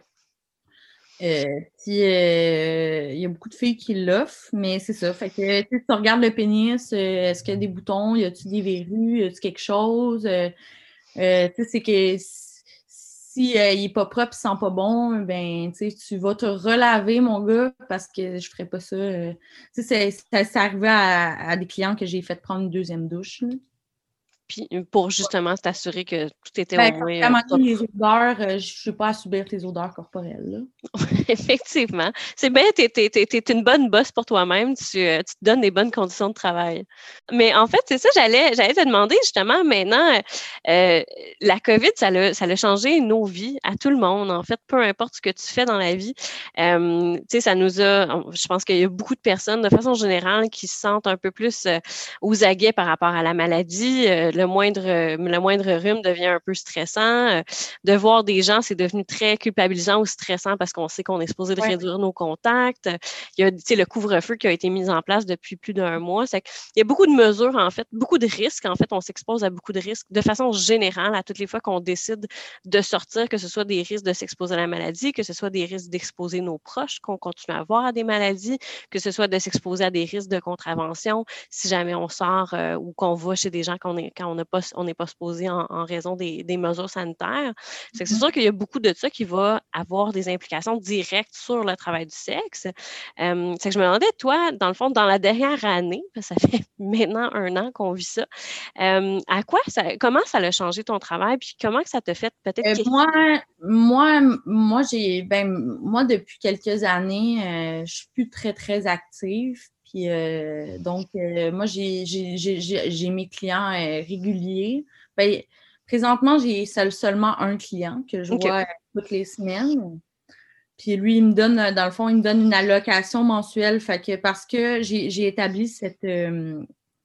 Euh, puis, euh, il y a beaucoup de filles qui l'offrent, mais c'est ça. Fait que, tu sais, tu regardes le pénis, euh, est-ce qu'il y a des boutons, y a-tu des verrues, y a-tu quelque chose? Euh, euh, tu sais, c'est que si, si, euh, il est pas propre, il sent pas bon, ben, tu sais, tu vas te relaver, mon gars, parce que je ferais pas ça. euh. Tu sais, c'est, c'est, c'est arrivé à, à des clients que j'ai fait prendre une deuxième douche, là. Puis pour justement t'assurer que tout était au Ben, parce moins qu'à un euh, moment donné, propre. les odeurs, euh, je suis pas à subir tes odeurs corporelles, là. Effectivement. C'est bien, t'es, t'es, t'es, t'es une bonne boss pour toi-même. Tu, euh, tu te donnes des bonnes conditions de travail. Mais en fait, c'est ça, j'allais, j'allais te demander justement maintenant, euh, la COVID, ça l'a, ça l'a changé nos vies à tout le monde. En fait, peu importe ce que tu fais dans la vie, euh, tu sais, ça nous a, je pense qu'il y a beaucoup de personnes, de façon générale, qui se sentent un peu plus euh, aux aguets par rapport à la maladie. Euh, le moindre, le moindre rhume devient un peu stressant. Euh, de voir des gens, c'est devenu très culpabilisant ou stressant parce qu'on sait qu'on est supposé de Ouais. réduire nos contacts. Il y a, tu sais, le couvre-feu qui a été mis en place depuis plus d'un mois. C'est il y a beaucoup de mesures, en fait, beaucoup de risques. En fait, on s'expose à beaucoup de risques de façon générale à toutes les fois qu'on décide de sortir, que ce soit des risques de s'exposer à la maladie, que ce soit des risques d'exposer nos proches, qu'on continue à avoir à des maladies, que ce soit de s'exposer à des risques de contravention si jamais on sort euh, ou qu'on va chez des gens qu'on est, quand on n'est pas, on n'est pas supposé en, en raison des, des mesures sanitaires. C'est, que c'est sûr qu'il y a beaucoup de ça qui va avoir des implications directes sur le travail du sexe. Euh, c'est que je me demandais, toi, dans le fond, dans la dernière année, parce que ça fait maintenant un an qu'on vit ça, euh, à quoi ça, comment ça a changé ton travail, puis comment que ça t'a fait peut-être Euh, questionner? moi, moi, moi, j'ai, ben, moi, depuis quelques années, euh, je suis plus très, très active. Puis, euh, donc, euh, moi, j'ai, j'ai, j'ai, j'ai j'ai mes clients euh, réguliers. Ben, présentement, j'ai seul- seulement un client que je OK. vois euh, toutes les semaines. Puis lui, il me donne, euh, dans le fond, il me donne une allocation mensuelle. Fait que parce que j'ai, j'ai établi cette, euh,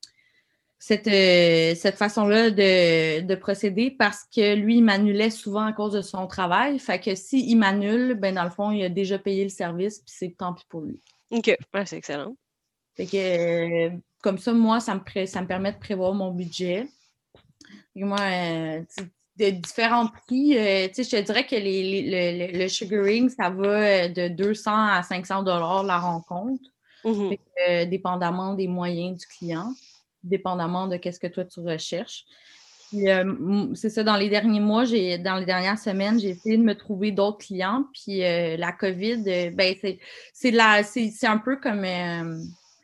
cette, euh, cette façon-là de, de procéder parce que lui, il m'annulait souvent à cause de son travail. Fait que s'il m'annule, ben dans le fond, il a déjà payé le service, puis c'est tant pis pour lui. OK. Ouais, c'est excellent. Fait que euh, comme ça, moi, ça me, pré- ça me permet de prévoir mon budget. Et moi, euh, de différents prix, euh, tu sais, je te dirais que les, les- le, le sugaring, ça va de deux cents à cinq cents dollars la rencontre. Mhm. Fait que, euh, dépendamment des moyens du client, dépendamment de qu'est-ce que toi tu recherches. Puis, euh, m- c'est ça, dans les derniers mois, j'ai, dans les dernières semaines, j'ai essayé de me trouver d'autres clients. Puis euh, la COVID, euh, ben, c'est, c'est, la, c'est, c'est un peu comme. euh,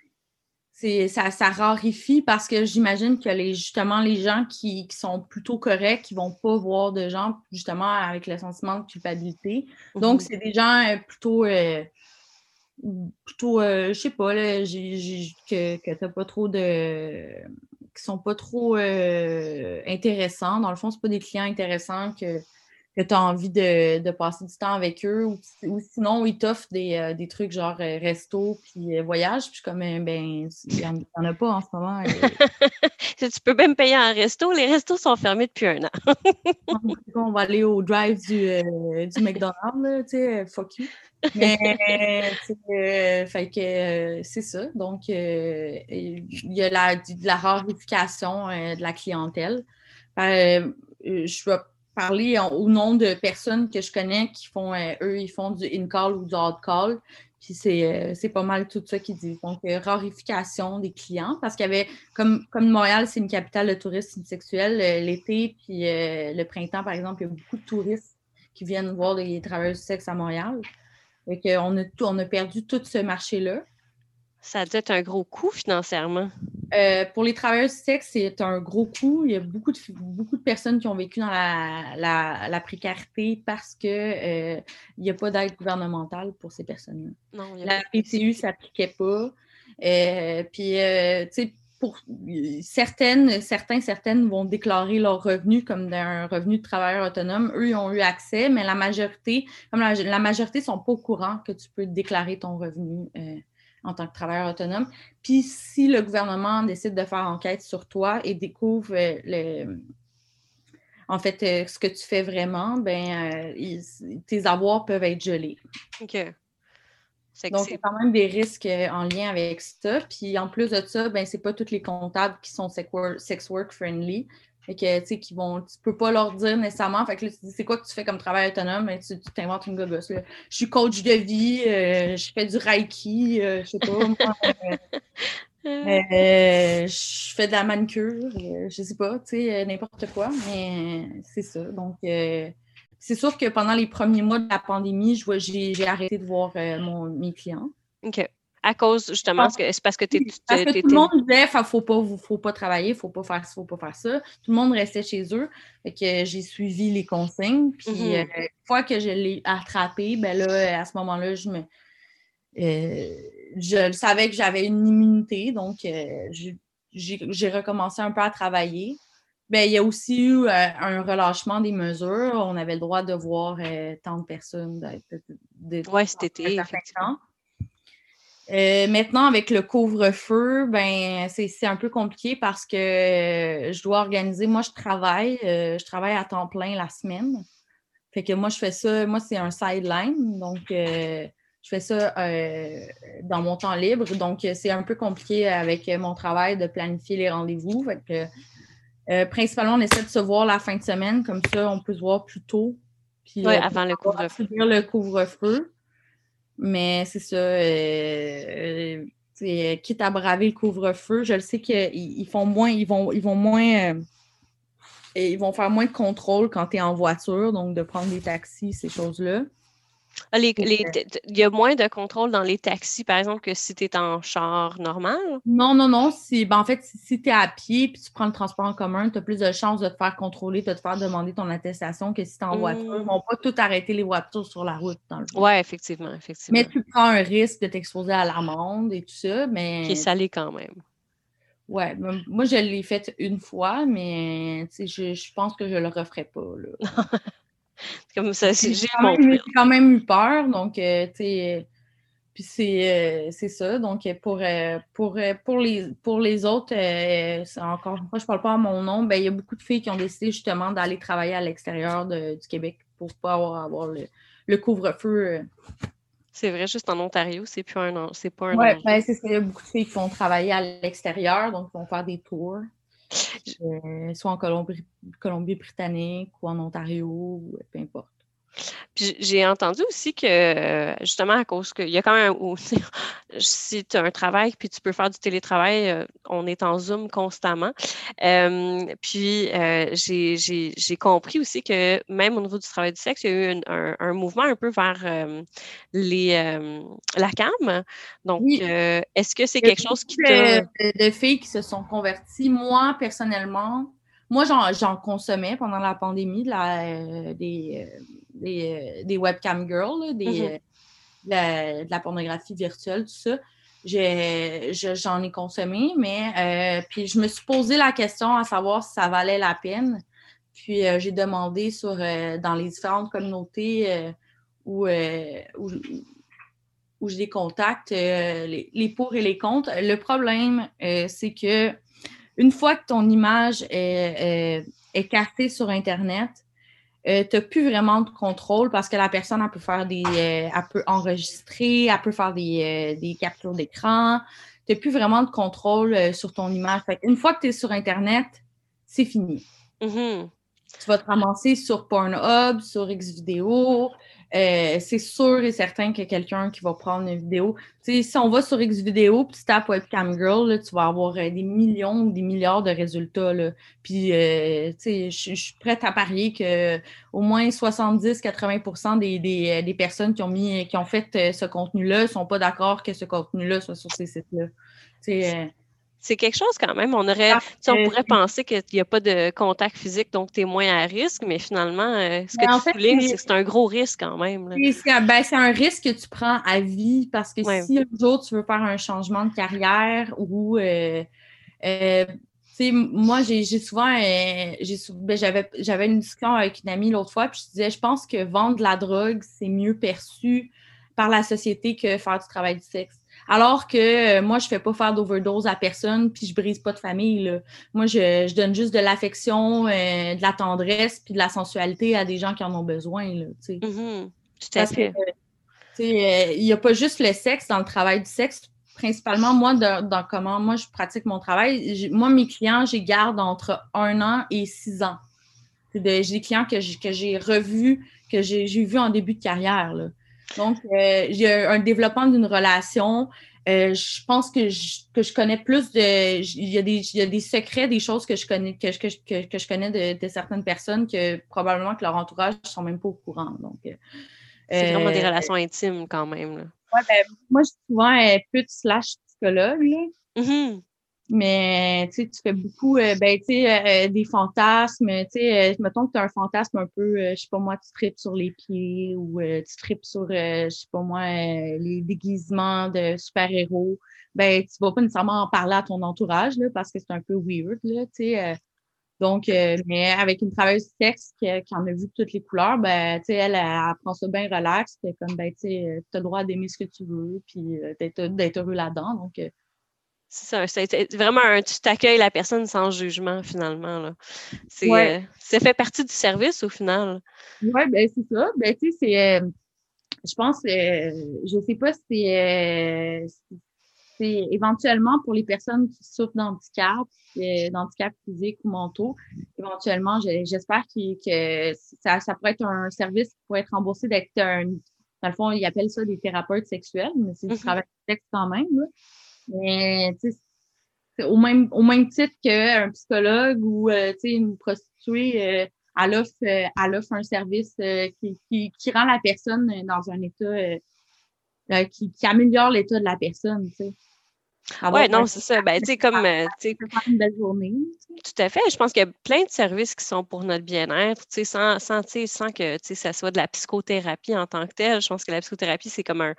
c'est, ça, ça raréfie parce que j'imagine que les, justement, les gens qui, qui sont plutôt corrects, qui ne vont pas voir de gens, justement, avec le sentiment de culpabilité. Donc, Mhm. c'est des gens euh, plutôt. euh, plutôt, euh, je sais pas, là, j'ai, j'ai- que, que t'as pas trop de. Qui sont pas trop euh, intéressants. Dans le fond, c'est pas des clients intéressants que, que tu as envie de, de passer du temps avec eux. Ou, ou sinon, ils t'offrent des, euh, des trucs genre euh, resto puis euh, voyage. Puis je suis comme, euh, ben, il n'y en, il y en a pas en ce moment. euh. Si tu peux même payer en resto, les restos sont fermés depuis un an. On va aller au drive du, euh, du McDonald's, là, tu sais, fuck you. Mais, tu sais, euh, fait que euh, c'est ça. Donc, euh, il y a la, de la rarification euh, de la clientèle. Euh, je vais parler en- au nom de personnes que je connais qui font, euh, eux, ils font du in-call ou du out-call. Puis c'est, euh, c'est pas mal tout ça qu'ils disent. Donc, euh, rarification des clients, parce qu'il y avait, comme, comme Montréal, c'est une capitale de tourisme sexuel, euh, l'été, puis euh, le printemps, par exemple, il y a beaucoup de touristes qui viennent voir les travailleurs du sexe à Montréal. Fait qu'on a, tout, on a perdu tout ce marché-là. Ça a dû être un gros coût financièrement. Euh, pour les travailleurs du sexe, c'est un gros coût. Il y a beaucoup de, beaucoup de personnes qui ont vécu dans la, la, la précarité parce qu'il euh, n'y a pas d'aide gouvernementale pour ces personnes-là. Non, il y a La pas P T U ne s'appliquait pas. Euh, puis, euh, tu sais, pour certaines, certains, certaines vont déclarer leurs revenus comme un revenu de travailleur autonome. Eux, ils ont eu accès, mais la majorité, comme la, la majorité ne sont pas au courant que tu peux déclarer ton revenu euh, en tant que travailleur autonome. Puis, si le gouvernement décide de faire enquête sur toi et découvre euh, le, en fait euh, ce que tu fais vraiment, ben, euh, ils, tes avoirs peuvent être gelés. OK. C'est Donc, il y a quand même des risques en lien avec ça. Puis, en plus de ça, ben, c'est pas tous les comptables qui sont sex work friendly. Fait que, tu sais, qui vont, tu peux pas leur dire nécessairement. Fait que là, tu dis, c'est quoi que tu fais comme travail autonome? Ben, tu, tu t'inventes une gogosse, là. Je suis coach de vie, euh, je fais du reiki, euh, je sais pas, moi, euh, euh, je fais de la manucure, euh, je sais pas, tu sais, n'importe quoi. Mais c'est ça. Donc, euh, c'est sûr que pendant les premiers mois de la pandémie, je vois, j'ai, j'ai arrêté de voir euh, mon, mes clients. OK. À cause, justement, parce que, c'est parce que tu Parce que tout le monde disait, il ne faut pas, faut pas travailler, il ne faut pas faire ça, il ne faut pas faire ça. Tout le monde restait chez eux. Fait que j'ai suivi les consignes. Puis, mm-hmm. euh, une fois que je l'ai attrapé, ben là, à ce moment-là, je me... Euh, je savais que j'avais une immunité. Donc, euh, j'ai, j'ai recommencé un peu à travailler. Ben, il y a aussi eu euh, un relâchement des mesures. On avait le droit de voir euh, tant de personnes. Oui, cet été, effectivement. Euh, maintenant, avec le couvre-feu, ben c'est, c'est un peu compliqué parce que je dois organiser. Moi, je travaille. Euh, je travaille à temps plein la semaine. Fait que moi, je fais ça. Moi, c'est un sideline. Donc, euh, je fais ça euh, dans mon temps libre. Donc, c'est un peu compliqué avec mon travail de planifier les rendez-vous. Fait que, euh, principalement, on essaie de se voir la fin de semaine. Comme ça, on peut se voir plus tôt. Puis, oui, euh, avant le couvre-feu. le couvre-feu. Mais c'est ça, euh, euh, quitte à braver le couvre-feu, je le sais qu'ils ils font moins, ils vont, ils vont moins, euh, ils vont faire moins de contrôle quand tu es en voiture, donc de prendre des taxis, ces choses-là. Les, les, il y a moins de contrôle dans les taxis, par exemple, que si tu es en char normal? Non, non, non. Si, ben en fait, si, si tu es à pied puis tu prends le transport en commun, tu as plus de chances de te faire contrôler, de te faire demander ton attestation que si tu es en mmh. voiture. Ils ne vont pas tout arrêter les voitures sur la route. Oui, effectivement, effectivement. Mais tu prends un risque de t'exposer à l'amende et tout ça. Mais... Qui est salé quand même. Oui, moi, je l'ai fait une fois, mais je, je pense que je ne le referai pas. Là. Comme ça, c'est, j'ai quand, même, j'ai quand même eu peur, donc, euh, tu sais, puis c'est, euh, c'est ça. Donc, pour, euh, pour, euh, pour, les, pour les autres, euh, c'est encore une fois, je ne parle pas à mon nom, ben, il y a beaucoup de filles qui ont décidé justement d'aller travailler à l'extérieur de, du Québec pour ne pas avoir, avoir le, le couvre-feu. Euh. C'est vrai, juste en Ontario, c'est plus un c'est pas un Oui, ben, c'est ça. Il y a beaucoup de filles qui vont travailler à l'extérieur, donc ils vont faire des tours. Euh, soit en Colombie, Colombie-Britannique ou en Ontario, ou peu importe. Puis j'ai entendu aussi que, justement, à cause qu'il y a quand même aussi, si tu as un travail puis tu peux faire du télétravail, on est en Zoom constamment. Euh, puis euh, j'ai, j'ai, j'ai compris aussi que même au niveau du travail du sexe, il y a eu un, un, un mouvement un peu vers euh, les, euh, la C A M. Donc, oui. euh, est-ce que c'est quelque chose qui te... De, de filles qui se sont converties. Moi, personnellement, moi, j'en, j'en consommais pendant la pandémie de la, euh, des... Euh, Des, des webcam girls, là, des, mm-hmm. euh, de, la, de la pornographie virtuelle, tout ça. Je, je, j'en ai consommé, mais euh, puis je me suis posé la question à savoir si ça valait la peine. Puis euh, j'ai demandé sur euh, dans les différentes communautés euh, où, euh, où, où j'ai des contacts, euh, les, les pour et les contre. Le problème, euh, c'est que une fois que ton image est, est, est castée sur Internet, Euh, tu n'as plus vraiment de contrôle parce que la personne, elle peut faire des. Euh, elle peut enregistrer, elle peut faire des, euh, des captures d'écran. Tu n'as plus vraiment de contrôle euh, sur ton image. Fait une fois que tu es sur Internet, c'est fini. Mm-hmm. Tu vas te ramasser sur Pornhub, sur Xvideo. euh, c'est sûr et certain que quelqu'un qui va prendre une vidéo, tu sais, si on va sur Xvideo puis tu tapes Webcam Girl, là, tu vas avoir euh, des millions ou des milliards de résultats, là. Puis, euh, tu sais, je suis prête à parier que au moins soixante-dix à quatre-vingts pour cent des, des, des personnes qui ont mis, qui ont fait euh, ce contenu-là sont pas d'accord que ce contenu-là soit sur ces sites-là. Tu sais, euh, C'est quelque chose quand même. On aurait, tu sais, on pourrait penser qu'il n'y a pas de contact physique, donc tu es moins à risque, mais finalement, euh, ce que mais en tu fait, soulignes, c'est c'est que c'est un gros risque quand même, là. c'est- c'est un, ben, c'est un risque que tu prends à vie parce que Ouais. si un jour tu veux faire un changement de carrière ou euh, euh, tu sais, moi j'ai j'ai souvent euh, j'ai sou- ben, j'avais j'avais une discussion avec une amie l'autre fois puis je disais je pense que vendre de la drogue c'est mieux perçu par la société que faire du travail du sexe. Alors que euh, moi je fais pas faire d'overdose à personne puis je brise pas de famille là. Moi je, je donne juste de l'affection, euh, de la tendresse puis de la sensualité à des gens qui en ont besoin là, tu sais. Mhm. Tout à Parce que, fait. tu sais, euh, il n'y a pas juste le sexe dans le travail du sexe. Principalement, moi, de- dans comment moi je pratique mon travail, j'ai- moi, mes clients, je les garde entre un an et six ans. C'est de- J'ai des clients que j'ai, que j'ai revus, que j'ai, j'ai vus en début de carrière, là. Donc, euh, j'ai un développement d'une relation. Euh, je pense que je, que je connais plus de. Il y, a des, il y a des secrets, des choses que je connais, que, je- que, je- que, que je connais de, de certaines personnes que probablement que leur entourage ne sont même pas au courant. Donc, euh, C'est vraiment des euh, relations intimes quand même, là. ouais, ben, moi, je suis souvent euh, pute slash psychologue, là. Mhm. Mais tu sais, tu fais beaucoup euh, ben, tu sais, euh, des fantasmes. Tu sais, euh, mettons que tu as un fantasme un peu, euh, je sais pas moi, tu tripes sur les pieds ou euh, tu tripes sur, euh, je sais pas moi, euh, les déguisements de super-héros. Ben, tu vas pas nécessairement en parler à ton entourage, là, parce que c'est un peu weird, là, tu sais. Euh, donc, euh, mais avec une travailleuse sexe qui, qui en a vu toutes les couleurs, ben, tu sais, elle, elle, elle prend ça bien relax. Puis comme, ben, tu sais, t'as le droit d'aimer ce que tu veux, puis euh, d'être, d'être heureux là-dedans. Donc, euh, C'est ça, c'est c'est vraiment un, tu t'accueilles la personne sans jugement, finalement, là. ouais, C'est, euh, ça fait partie du service au final. ouais, ben, c'est ça. Ben, tu sais, c'est, euh, je pense, euh, je sais pas si c'est, euh, si c'est éventuellement pour les personnes qui souffrent d'handicap, euh, d'handicap physique ou mentaux, éventuellement, je- j'espère qu'il- que ça, ça pourrait être un service qui pourrait être remboursé d'être un, dans le fond, ils appellent ça des thérapeutes sexuels, mais c'est du Mhm. travail de sexe quand même, là. Mais, tu sais, c'est au même, au même titre qu'un psychologue ou, euh, tu sais, une prostituée, euh, elle offre, euh, elle offre un service euh, qui, qui, qui rend la personne dans un état, euh, euh, qui, qui améliore l'état de la personne, tu sais. Ouais, Avoir un non, c'est ça. Ben, tu sais, comme, euh, tu sais, faire une belle journée. tout à fait. Je pense qu'il y a plein de services qui sont pour notre bien-être, tu sais, sans, sans, tu sais, sans que, tu sais, ça soit de la psychothérapie en tant que telle. Je pense que la psychothérapie, c'est comme un,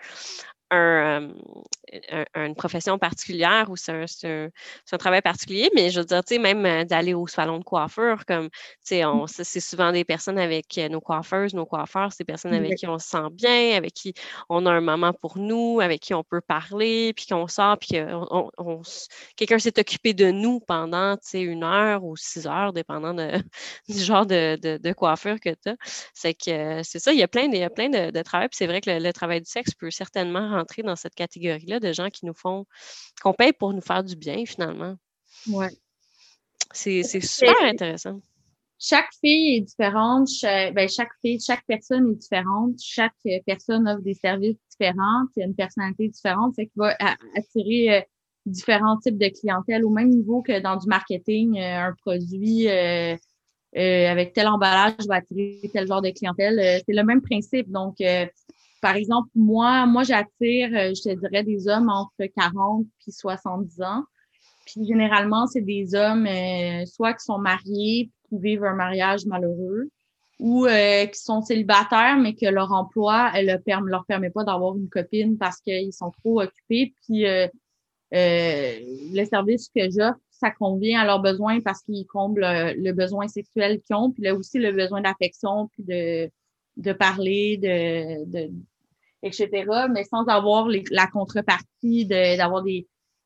un, euh, un- une profession particulière ou c'est un, c'est un- c'est un travail particulier, mais je veux dire, tu sais, même euh, d'aller au salon de coiffure, comme, tu sais, on- ça, c'est souvent des personnes avec euh, nos coiffeuses, nos coiffeurs, c'est des personnes avec Ouais. qui on se sent bien, avec qui on a un moment pour nous, avec qui on peut parler, puis qu'on sort, puis qu'on on- on s- quelqu'un s'est occupé de nous pendant, tu sais, une heure ou six heures, dépendant de, du genre de, de, de coiffure que tu as. C'est que euh, c'est ça, il y a plein de, il y a plein de, de travail, puis c'est vrai que le, le travail du sexe peut certainement rentrer dans cette catégorie-là de gens qui nous font, qu'on paye pour nous faire du bien, finalement. Ouais. C'est c'est super C'est- intéressant. Chaque fille est différente, chaque, ben, chaque fille, chaque personne est différente, chaque euh, personne offre des services différents, il y a une personnalité différente, fait qu'il va a- attirer euh, différents types de clientèle au même niveau que dans du marketing, euh, un produit euh, euh, avec tel emballage va attirer tel genre de clientèle. Euh, c'est le même principe. Donc, euh, par exemple, moi, moi, j'attire, euh, je te dirais, des hommes entre quarante puis soixante-dix ans. Puis généralement, c'est des hommes euh, soit qui sont mariés, qui vivent un mariage malheureux, ou euh, qui sont célibataires, mais que leur emploi ne leur, permet, leur permet pas d'avoir une copine parce qu'ils sont trop occupés. Puis euh, euh, le service que j'offre, ça convient à leurs besoins parce qu'ils comblent le, le besoin sexuel qu'ils ont, puis là aussi le besoin d'affection, puis de, de parler, de, de et cetera, mais sans avoir les, la contrepartie de, d'avoir des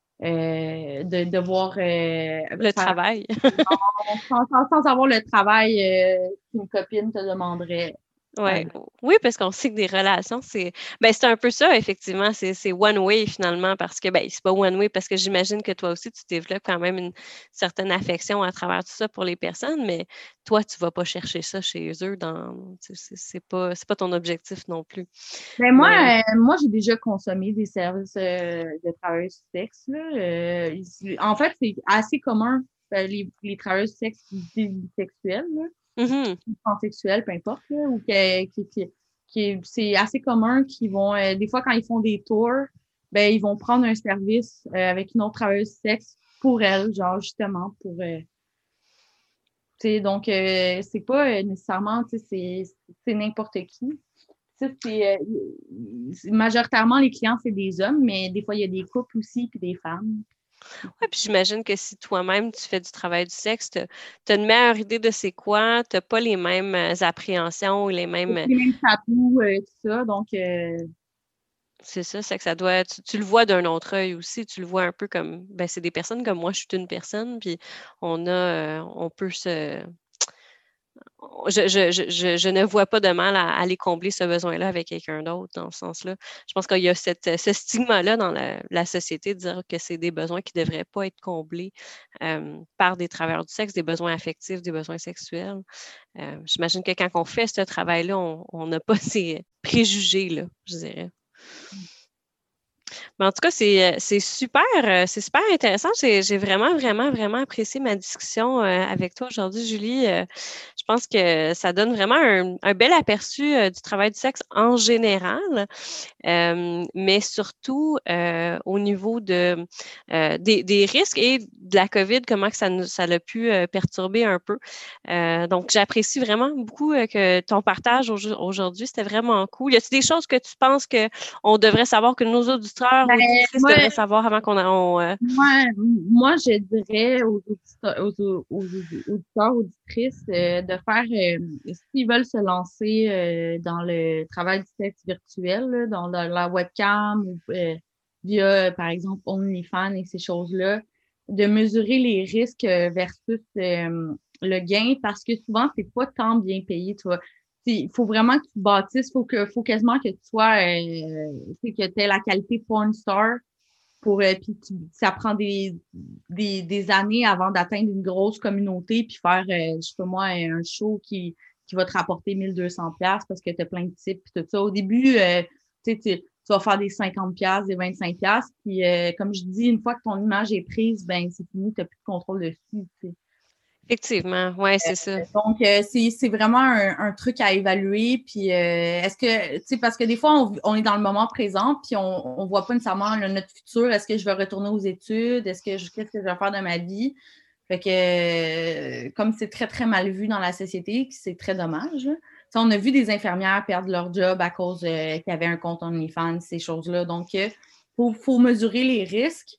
euh, de devoir euh, Le faire travail. sans, sans, sans avoir le travail euh, qu'une copine te demanderait. Ouais. Oui, parce qu'on sait que des relations, c'est ben, c'est un peu ça, effectivement. C'est, c'est one way finalement, parce que ben, c'est pas one way, parce que j'imagine que toi aussi, tu développes quand même une certaine affection à travers tout ça pour les personnes, mais toi, tu vas pas chercher ça chez eux dans tu sais, c'est, c'est pas c'est pas ton objectif non plus. Ben moi, Mais euh, moi, j'ai déjà consommé des services euh, de travailleurs du sexe, là. Euh, ici- en fait, c'est assez commun, euh, les, les travailleurs du sexe bisexuels, là, mhm. transsexuels, peu importe, là, ou que, qui, qui, qui- c'est assez commun qu'ils vont, euh, des fois, quand ils font des tours, ben, ils vont prendre un service euh, avec une autre travailleuse du sexe pour elle, genre, justement, pour, euh, tu sais, donc, euh, c'est pas euh, nécessairement, tu sais, c'est c'est n'importe qui. Ça, c'est, euh, majoritairement, les clients, c'est des hommes, mais des fois, il y a des couples aussi, puis des femmes. Ouais, puis j'imagine que si toi-même tu fais du travail du sexe, tu as une meilleure idée de c'est quoi, tu pas les mêmes euh, appréhensions ou les C'est mêmes. euh, les mêmes tabous, euh, tout ça. Donc, euh, C'est ça, c'est que ça doit. Tu, tu le vois d'un autre œil aussi, tu le vois un peu comme. Ben, c'est des personnes comme moi, je suis une personne, puis on a. euh, on peut se. Je, je, je, je, je ne vois pas de mal à aller combler ce besoin-là avec quelqu'un d'autre dans ce sens-là. Je pense qu'il y a cette, ce stigma-là dans la, la société de dire que c'est des besoins qui ne devraient pas être comblés euh, par des travailleurs du sexe, des besoins affectifs, des besoins sexuels. Euh, j'imagine que quand on fait ce travail-là, on on n'a pas ces préjugés-là, je dirais. Mais en tout cas, c'est, euh, c'est super, euh, c'est super intéressant. J'ai, j'ai vraiment, vraiment, vraiment apprécié ma discussion euh, avec toi aujourd'hui, Julie. Euh, je pense que ça donne vraiment un, un bel aperçu euh, du travail du sexe en général, euh, mais surtout euh, au niveau de, euh, des, des risques et de la COVID, comment que ça, nous, ça l'a pu euh, perturber un peu. Euh, donc, j'apprécie vraiment beaucoup euh, que ton partage au- aujourd'hui. C'était vraiment cool. Y a-t-il des choses que tu penses qu'on devrait savoir, que nos auditeurs, ben, auditrices moi, devraient savoir avant qu'on a, on, euh, moi, moi, je dirais aux auditeurs, aux, aux- aux auditeurs, auditrices, euh, de faire, euh, s'ils veulent se lancer euh, dans le travail du sexe virtuel, là, dans la, la webcam ou euh, via, par exemple, OnlyFans et ces choses-là, de mesurer les risques euh, versus euh, le gain, parce que souvent, c'est pas tant bien payé, tu vois. Il faut vraiment que tu bâtisses, faut que, faut quasiment que tu sois, euh, tu sais, que tu aies la qualité porn star pour, euh, puis tu- ça prend des, des, des années avant d'atteindre une grosse communauté puis faire, euh, je sais pas moi, un show qui, qui va te rapporter mille deux cents pièces parce que tu as plein de types puis tout ça. Au début, euh, tu sais, tu tu vas faire des cinquante pièces, des vingt-cinq pièces puis euh, comme je dis, une fois que ton image est prise, ben c'est fini, tu n'as plus de contrôle dessus, tu sais. effectivement, ouais, c'est ça. Donc, euh, c'est, c'est vraiment un, un truc à évaluer. Puis, euh, est-ce que, tu sais, parce que des fois, on, on est dans le moment présent, puis on ne voit pas nécessairement là, notre futur. Est-ce que je vais retourner aux études? Est-ce que je, qu'est-ce que je vais faire de ma vie? Fait que, euh, comme c'est très, très mal vu dans la société, c'est très dommage. Là. On a vu des infirmières perdre leur job à cause euh, qu'il y avait un compte OnlyFans, ces choses-là. Donc, il euh, faut, faut mesurer les risques.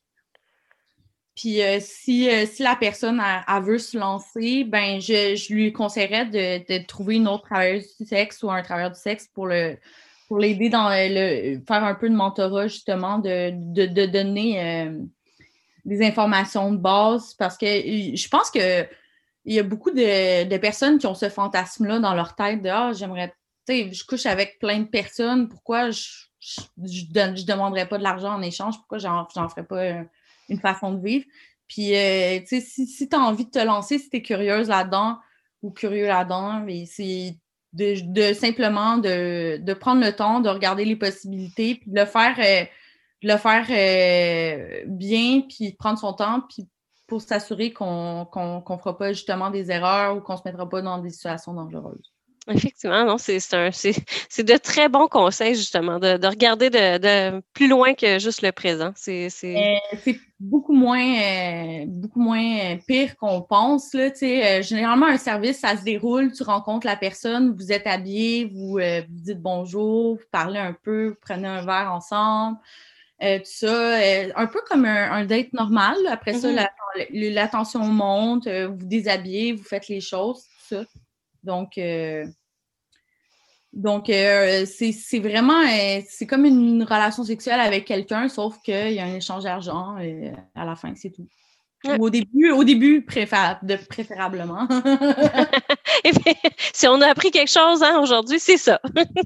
Puis euh, si, euh, si la personne a, a veut se lancer, ben je, je lui conseillerais de, de trouver une autre travailleuse du sexe ou un travailleur du sexe pour le pour l'aider dans le faire un peu de mentorat, justement, de, de, de donner euh, des informations de base parce que je pense que il y a beaucoup de, de personnes qui ont ce fantasme-là dans leur tête de Ah, j'aimerais, tu sais, je couche avec plein de personnes, pourquoi je je, je, donne, je demanderais pas de l'argent en échange, pourquoi j'en, j'en ferais pas euh, une façon de vivre. Puis, euh, tu sais, si, si tu as envie de te lancer, si tu es curieuse là-dedans ou curieux là-dedans, mais c'est de, de simplement de, de prendre le temps, de regarder les possibilités, puis de le faire, euh, de le faire euh, bien, puis de prendre son temps, puis pour s'assurer qu'on qu'on qu'on fera pas justement des erreurs ou qu'on se mettra pas dans des situations dangereuses. Effectivement, non, c'est, c'est, un, c'est, c'est de très bons conseils, justement, de, de regarder de, de plus loin que juste le présent. C'est, c'est... Euh, c'est beaucoup moins euh, beaucoup moins euh, pire qu'on pense. Là, euh, généralement, un service, ça se déroule, tu rencontres la personne, vous êtes habillés, vous, euh, vous dites bonjour, vous parlez un peu, vous prenez un verre ensemble. Euh, tout ça, euh, un peu comme un, un date normal. Après ça, Mhm. la, la tension monte, euh, vous déshabillez, vous faites les choses, tout ça. Donc, euh, donc euh, c'est, c'est vraiment, euh, c'est comme une relation sexuelle avec quelqu'un, sauf qu'il y a un échange d'argent euh, à la fin, c'est tout. Ouais. Ou au début, au début préfé- de, préférablement. Et bien, si on a appris quelque chose hein, aujourd'hui, c'est ça.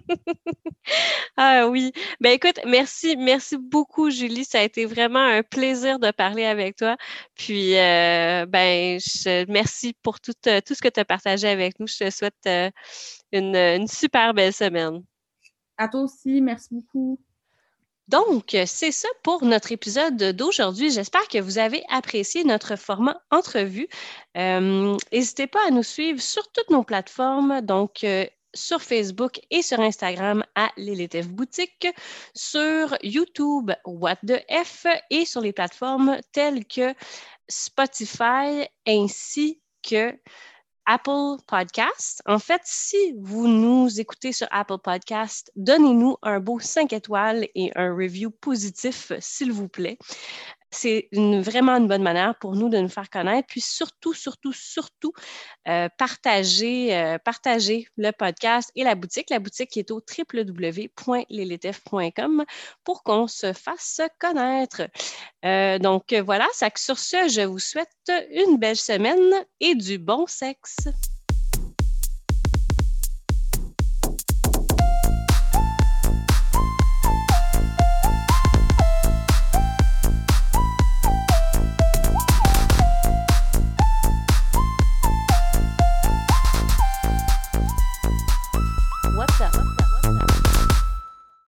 Ah oui. Ben écoute, merci, merci beaucoup, Julie. Ça a été vraiment un plaisir de parler avec toi. Puis, euh, ben, je, merci pour tout, euh, tout ce que tu as partagé avec nous. Je te souhaite euh, une, une super belle semaine. À toi aussi, merci beaucoup. Donc, c'est ça pour notre épisode d'aujourd'hui. J'espère que vous avez apprécié notre format entrevue. Euh, n'hésitez pas à nous suivre sur toutes nos plateformes, donc euh, sur Facebook et sur Instagram à Lilith F Boutique, sur YouTube What the F et sur les plateformes telles que Spotify ainsi que Apple Podcast. En fait, si vous nous écoutez sur Apple Podcast, donnez-nous un beau cinq étoiles et un review positif, s'il vous plaît. C'est une, vraiment une bonne manière pour nous de nous faire connaître. Puis surtout, surtout, surtout, euh, partagez, euh, partagez le podcast et la boutique. La boutique qui est au w w w point lilithf point com pour qu'on se fasse connaître. Euh, donc voilà, ça, sur ce, je vous souhaite une belle semaine et du bon sexe.